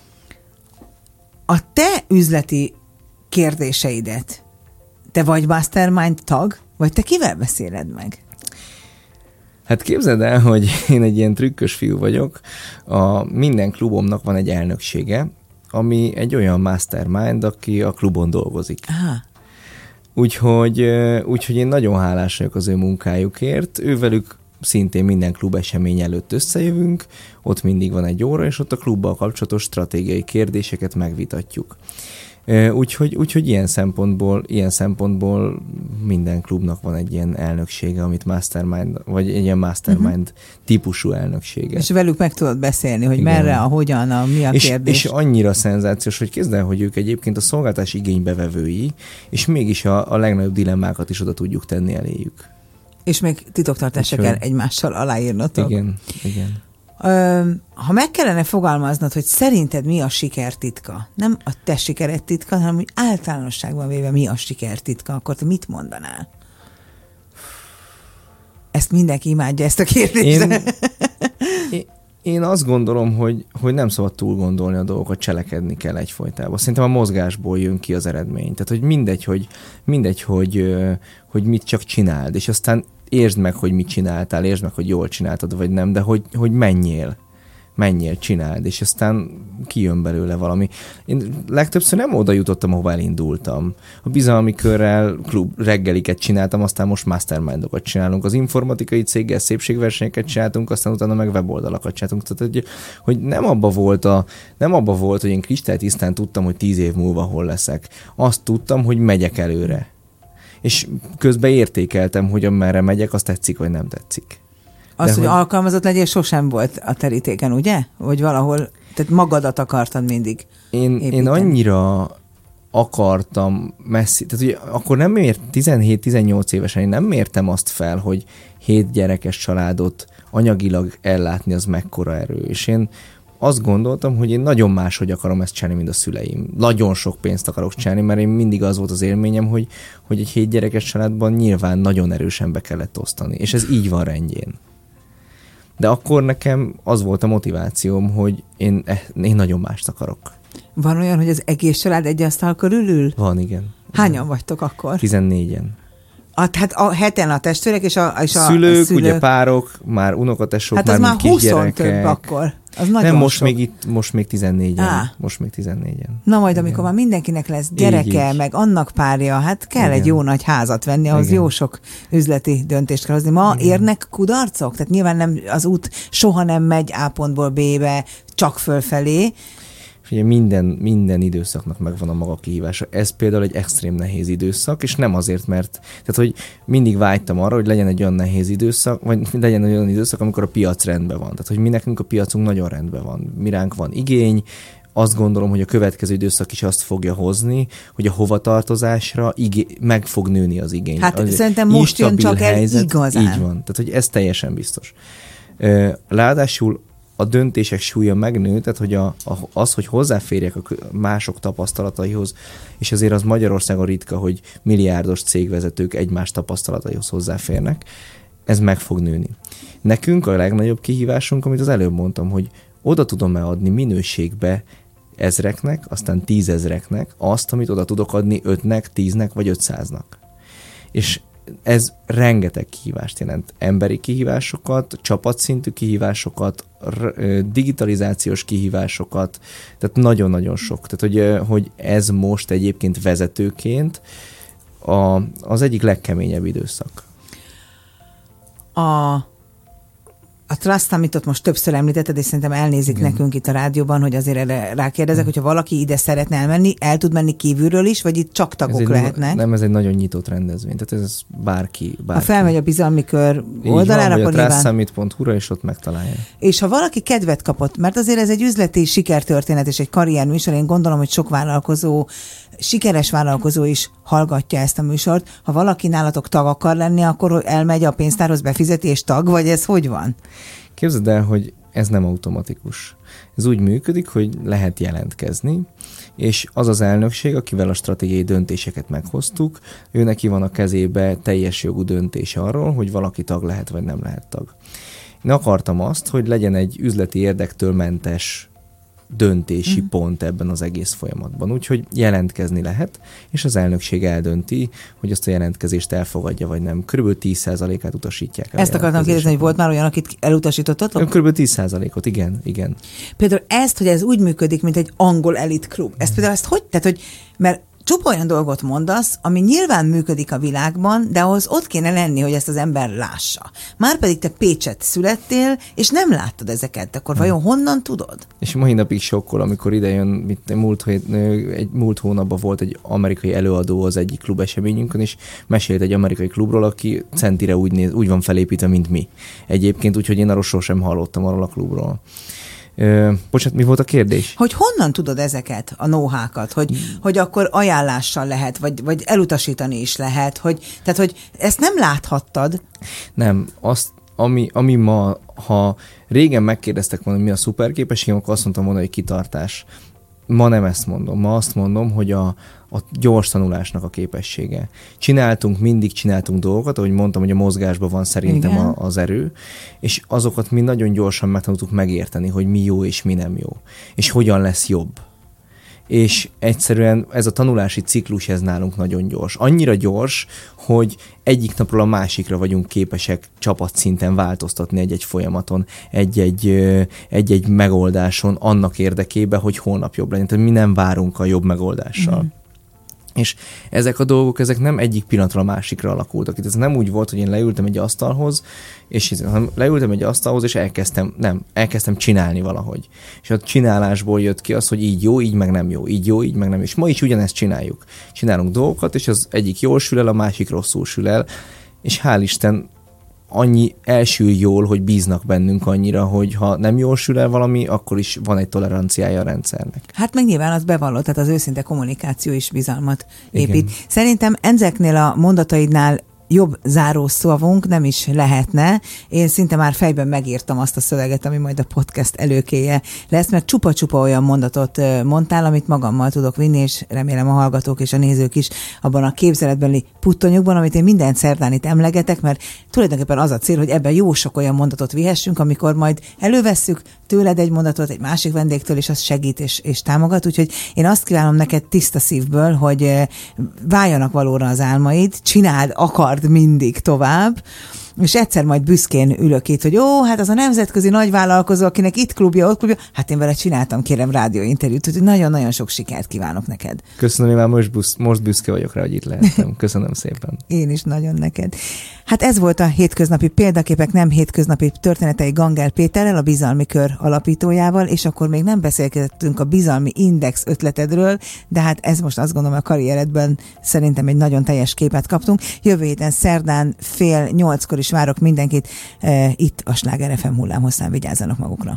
A te üzleti kérdéseidet, te vagy mastermind tag? Vagy te kivel beszéled meg? Hát képzeld el, hogy én egy ilyen trükkös fiú vagyok. Minden klubomnak van egy elnöksége, ami egy olyan mastermind, aki a klubon dolgozik. Aha. Úgyhogy én nagyon hálás vagyok az ő munkájukért. Ővelük szintén minden klub esemény előtt összejövünk, ott mindig van egy óra, és ott a klubbal kapcsolatos stratégiai kérdéseket megvitatjuk. Úgyhogy ilyen szempontból minden klubnak van egy ilyen elnöksége, amit mastermind, vagy egy ilyen mastermind típusú elnöksége. És velük meg tudod beszélni, hogy igen. Merre, hogyan, mi a kérdés. És annyira szenzációs, hogy kezd el, hogy ők egyébként a szolgáltatás igénybevevői, és mégis a legnagyobb dilemmákat is oda tudjuk tenni eléjük. És még titoktartásra kell egymással aláírnotok. Igen. Ha meg kellene fogalmaznod, hogy szerinted mi a siker titka, nem a te sikered titka, hanem hogy általánosságban véve mi a siker titka, akkor te mit mondanál? Ezt mindenki imádja, ezt a kérdést. Én azt gondolom, hogy nem szabad túl gondolni a dolgokat, cselekedni kell egyfolytában. Szerintem a mozgásból jön ki az eredmény. Tehát, hogy mindegy, hogy mit csak csináld, és aztán értsd meg, hogy mit csináltál, értsd meg, hogy jól csináltad, vagy nem, de hogy menjél, csináld, és aztán kijön belőle valami. Én legtöbbször nem oda jutottam, ahova elindultam. A bizalmi körrel klub reggeliket csináltam, aztán most mastermindokat csinálunk. Az informatikai céggel szépségversenyeket csináltunk, aztán utána meg weboldalakat csináltunk. Tehát, hogy nem abba volt, hogy én kristálytisztán tudtam, hogy 10 év múlva hol leszek. Azt tudtam, hogy megyek előre. És közben értékeltem, hogy amerre megyek, azt tetszik, vagy nem tetszik. Az, hogy alkalmazott legyél, sosem volt a terítéken, ugye? Vagy valahol, tehát magadat akartad mindig építeni. Én annyira akartam messzi, tehát ugye akkor nem 17-18 évesen én nem mértem azt fel, hogy 7 gyerekes családot anyagilag ellátni az mekkora erő. És én azt gondoltam, hogy én nagyon máshogy akarom ezt csinálni, mint a szüleim. Nagyon sok pénzt akarok csinálni, mert én mindig az volt az élményem, hogy egy 7 gyerekes családban nyilván nagyon erősen be kellett osztani. És ez így van rendjén. De akkor nekem az volt a motivációm, hogy én nagyon mást akarok. Van olyan, hogy az egész család egy asztal körül ül? Van, igen. Hányan vagytok akkor? 14-en. Hát a heten a testvérek és a szülők, ugye párok, már unokatesók, hát már kisgyerekek. Hát az már 20 több akkor. Az nem, most még 14-en. Most még 14-en. Na majd, amikor már mindenkinek lesz gyereke, meg annak párja, hát kell egy jó nagy házat venni, ahhoz jó sok üzleti döntést kell hozni. Ma érnek kudarcok? Tehát nyilván nem, az út soha nem megy A pontból B-be, csak fölfelé. Ugye minden időszaknak megvan a maga kihívása. Ez például egy extrém nehéz időszak, és nem azért, mert tehát, hogy mindig vágytam arra, hogy legyen egy olyan nehéz időszak, vagy legyen egy olyan időszak, amikor a piac rendben van. Tehát, hogy mi nekünk a piacunk nagyon rendben van. Miránk van igény, azt gondolom, hogy a következő időszak is azt fogja hozni, hogy a hovatartozásra meg fog nőni az igény. Hát szerintem most jön csak el igazán. Így van. Tehát, hogy ez teljesen biztos. Ráadásul a döntések súlya megnő, tehát hogy az, hogy hozzáférjek a mások tapasztalataihoz, és azért az Magyarországon ritka, hogy milliárdos cégvezetők egymás tapasztalataihoz hozzáférnek, ez meg fog nőni. Nekünk a legnagyobb kihívásunk, amit az előbb mondtam, hogy oda tudom-e adni minőségbe ezreknek, aztán 10 000-eknek azt, amit oda tudok adni 5-nek, 10-nek vagy 500-nak. És ez rengeteg kihívást jelent. Emberi kihívásokat, csapatszintű kihívásokat, digitalizációs kihívásokat, tehát nagyon-nagyon sok. Tehát, hogy ez most egyébként vezetőként az egyik legkeményebb időszak. A trust, amit ott most többször említetted, és szerintem elnézik nekünk itt a rádióban, hogy azért erre rákérdezek, hogyha valaki ide szeretne elmenni, el tud menni kívülről is, vagy itt csak tagok lehetnek? Nem, ez egy nagyon nyitott rendezvény, tehát ez bárki. Ha felmegy a Bizalmi Kör oldalára, akkor nyilván... a trustsummit.hu-ra, és ott megtalálja. És ha valaki kedvet kapott, mert azért ez egy üzleti sikertörténet és egy karrierműsor, én gondolom, hogy sok vállalkozó, sikeres vállalkozó is hallgatja ezt a műsort. Ha valaki nálatok tag akar lenni, akkor elmegy a pénztárhoz, befizeti és tag, vagy ez hogy van? Képzeld el, hogy ez nem automatikus. Ez úgy működik, hogy lehet jelentkezni, és az az elnökség, akivel a stratégiai döntéseket meghoztuk, ő neki van a kezébe teljes jogú döntés arról, hogy valaki tag lehet, vagy nem lehet tag. Én akartam azt, hogy legyen egy üzleti érdektől mentes döntési pont ebben az egész folyamatban. Úgyhogy jelentkezni lehet, és az elnökség eldönti, hogy azt a jelentkezést elfogadja, vagy nem. Körülbelül 10%-át utasítják el. Ezt akartam kérdezni, hogy volt már olyan, akit elutasítottatok? Körülbelül 10%-ot, igen. Például ezt, hogy ez úgy működik, mint egy angol elit klub. Ezt hogy? Tehát, hogy, mert csupa olyan dolgot mondasz, ami nyilván működik a világban, de ahhoz ott kéne lenni, hogy ezt az ember lássa. Márpedig te Pécsett születtél, és nem láttad ezeket, akkor vajon honnan tudod? És mai napig sokkol, amikor idejön, múlt hónapban volt egy amerikai előadó az egyik klub eseményünkön, és mesélt egy amerikai klubról, aki centire úgy van felépítve, mint mi. Egyébként, úgyhogy én arról sosem hallottam arról a klubról. Bocsánat, mi volt a kérdés? Hogy honnan tudod ezeket, a know-hákat, hogy akkor ajánlással lehet, vagy elutasítani is lehet, tehát hogy ezt nem láthattad? Nem, ami ma, ha régen megkérdeztek volna, hogy mi a szuperképességem, akkor azt mondtam volna, hogy kitartás. Ma nem ezt mondom, ma azt mondom, hogy a gyors tanulásnak a képessége. Mindig csináltunk dolgokat, ahogy mondtam, hogy a mozgásban van szerintem az erő, és azokat mi nagyon gyorsan megtanultuk megérteni, hogy mi jó és mi nem jó, és hogyan lesz jobb. És egyszerűen ez a tanulási ciklus, ez nálunk nagyon gyors. Annyira gyors, hogy egyik napról a másikra vagyunk képesek csapatszinten változtatni egy-egy folyamaton, egy-egy megoldáson annak érdekében, hogy holnap jobb legyen. Tehát mi nem várunk a jobb megoldással. És ezek a dolgok, ezek nem egyik pillanatra a másikra alakultak. Itt ez nem úgy volt, hogy én leültem egy asztalhoz, és elkezdtem csinálni valahogy. És a csinálásból jött ki az, hogy így jó, így meg nem jó, így jó, így meg nem jó. És ma is ugyanezt csináljuk. Csinálunk dolgokat, és az egyik jól sül el, a másik rosszul sül el, és hál' Isten annyi elsül jól, hogy bíznak bennünk annyira, hogy ha nem jól sül el valami, akkor is van egy toleranciája a rendszernek. Hát meg nyilván az bevallott, tehát az őszinte kommunikáció is bizalmat épít. Igen. Szerintem ezeknél a mondataidnál jobb zárószavunk nem is lehetne. Én szinte már fejben megírtam azt a szöveget, ami majd a podcast előkéje lesz, mert csupa-csupa olyan mondatot mondtál, amit magammal tudok vinni, és remélem a hallgatók és a nézők is abban a képzeletbeli puttonyokban, amit én minden szerdán itt emlegetek, mert tulajdonképpen az a cél, hogy ebben jó sok olyan mondatot vihessünk, amikor majd elővesszük tőled egy mondatot, egy másik vendégtől, és az segít és támogat. Úgyhogy én azt kívánom neked tiszta szívből, hogy váljanak valóra az álmaid, csináld, akard mindig tovább, és egyszer majd büszkén ülök itt, hogy hát az a nemzetközi nagyvállalkozó, akinek itt klubja, ott klubja, hát én vele csináltam, kérem, rádióinterjút, hogy nagyon-nagyon sok sikert kívánok neked. Köszönöm, én már most büszke vagyok rá, hogy itt lehettem. Köszönöm szépen. Én is nagyon neked. Hát ez volt a hétköznapi példaképek, nem hétköznapi történetei Gangel Péterrel, a Bizalmi Kör alapítójával, és akkor még nem beszélgettünk a Bizalmi Index ötletedről, de hát ez most azt gondolom a karrieredben szerintem egy nagyon teljes képet kaptunk. Jövő héten szerdán 7:30 is várok mindenkit itt a Sláger FM hullámhosszán, vigyázzanak magukra.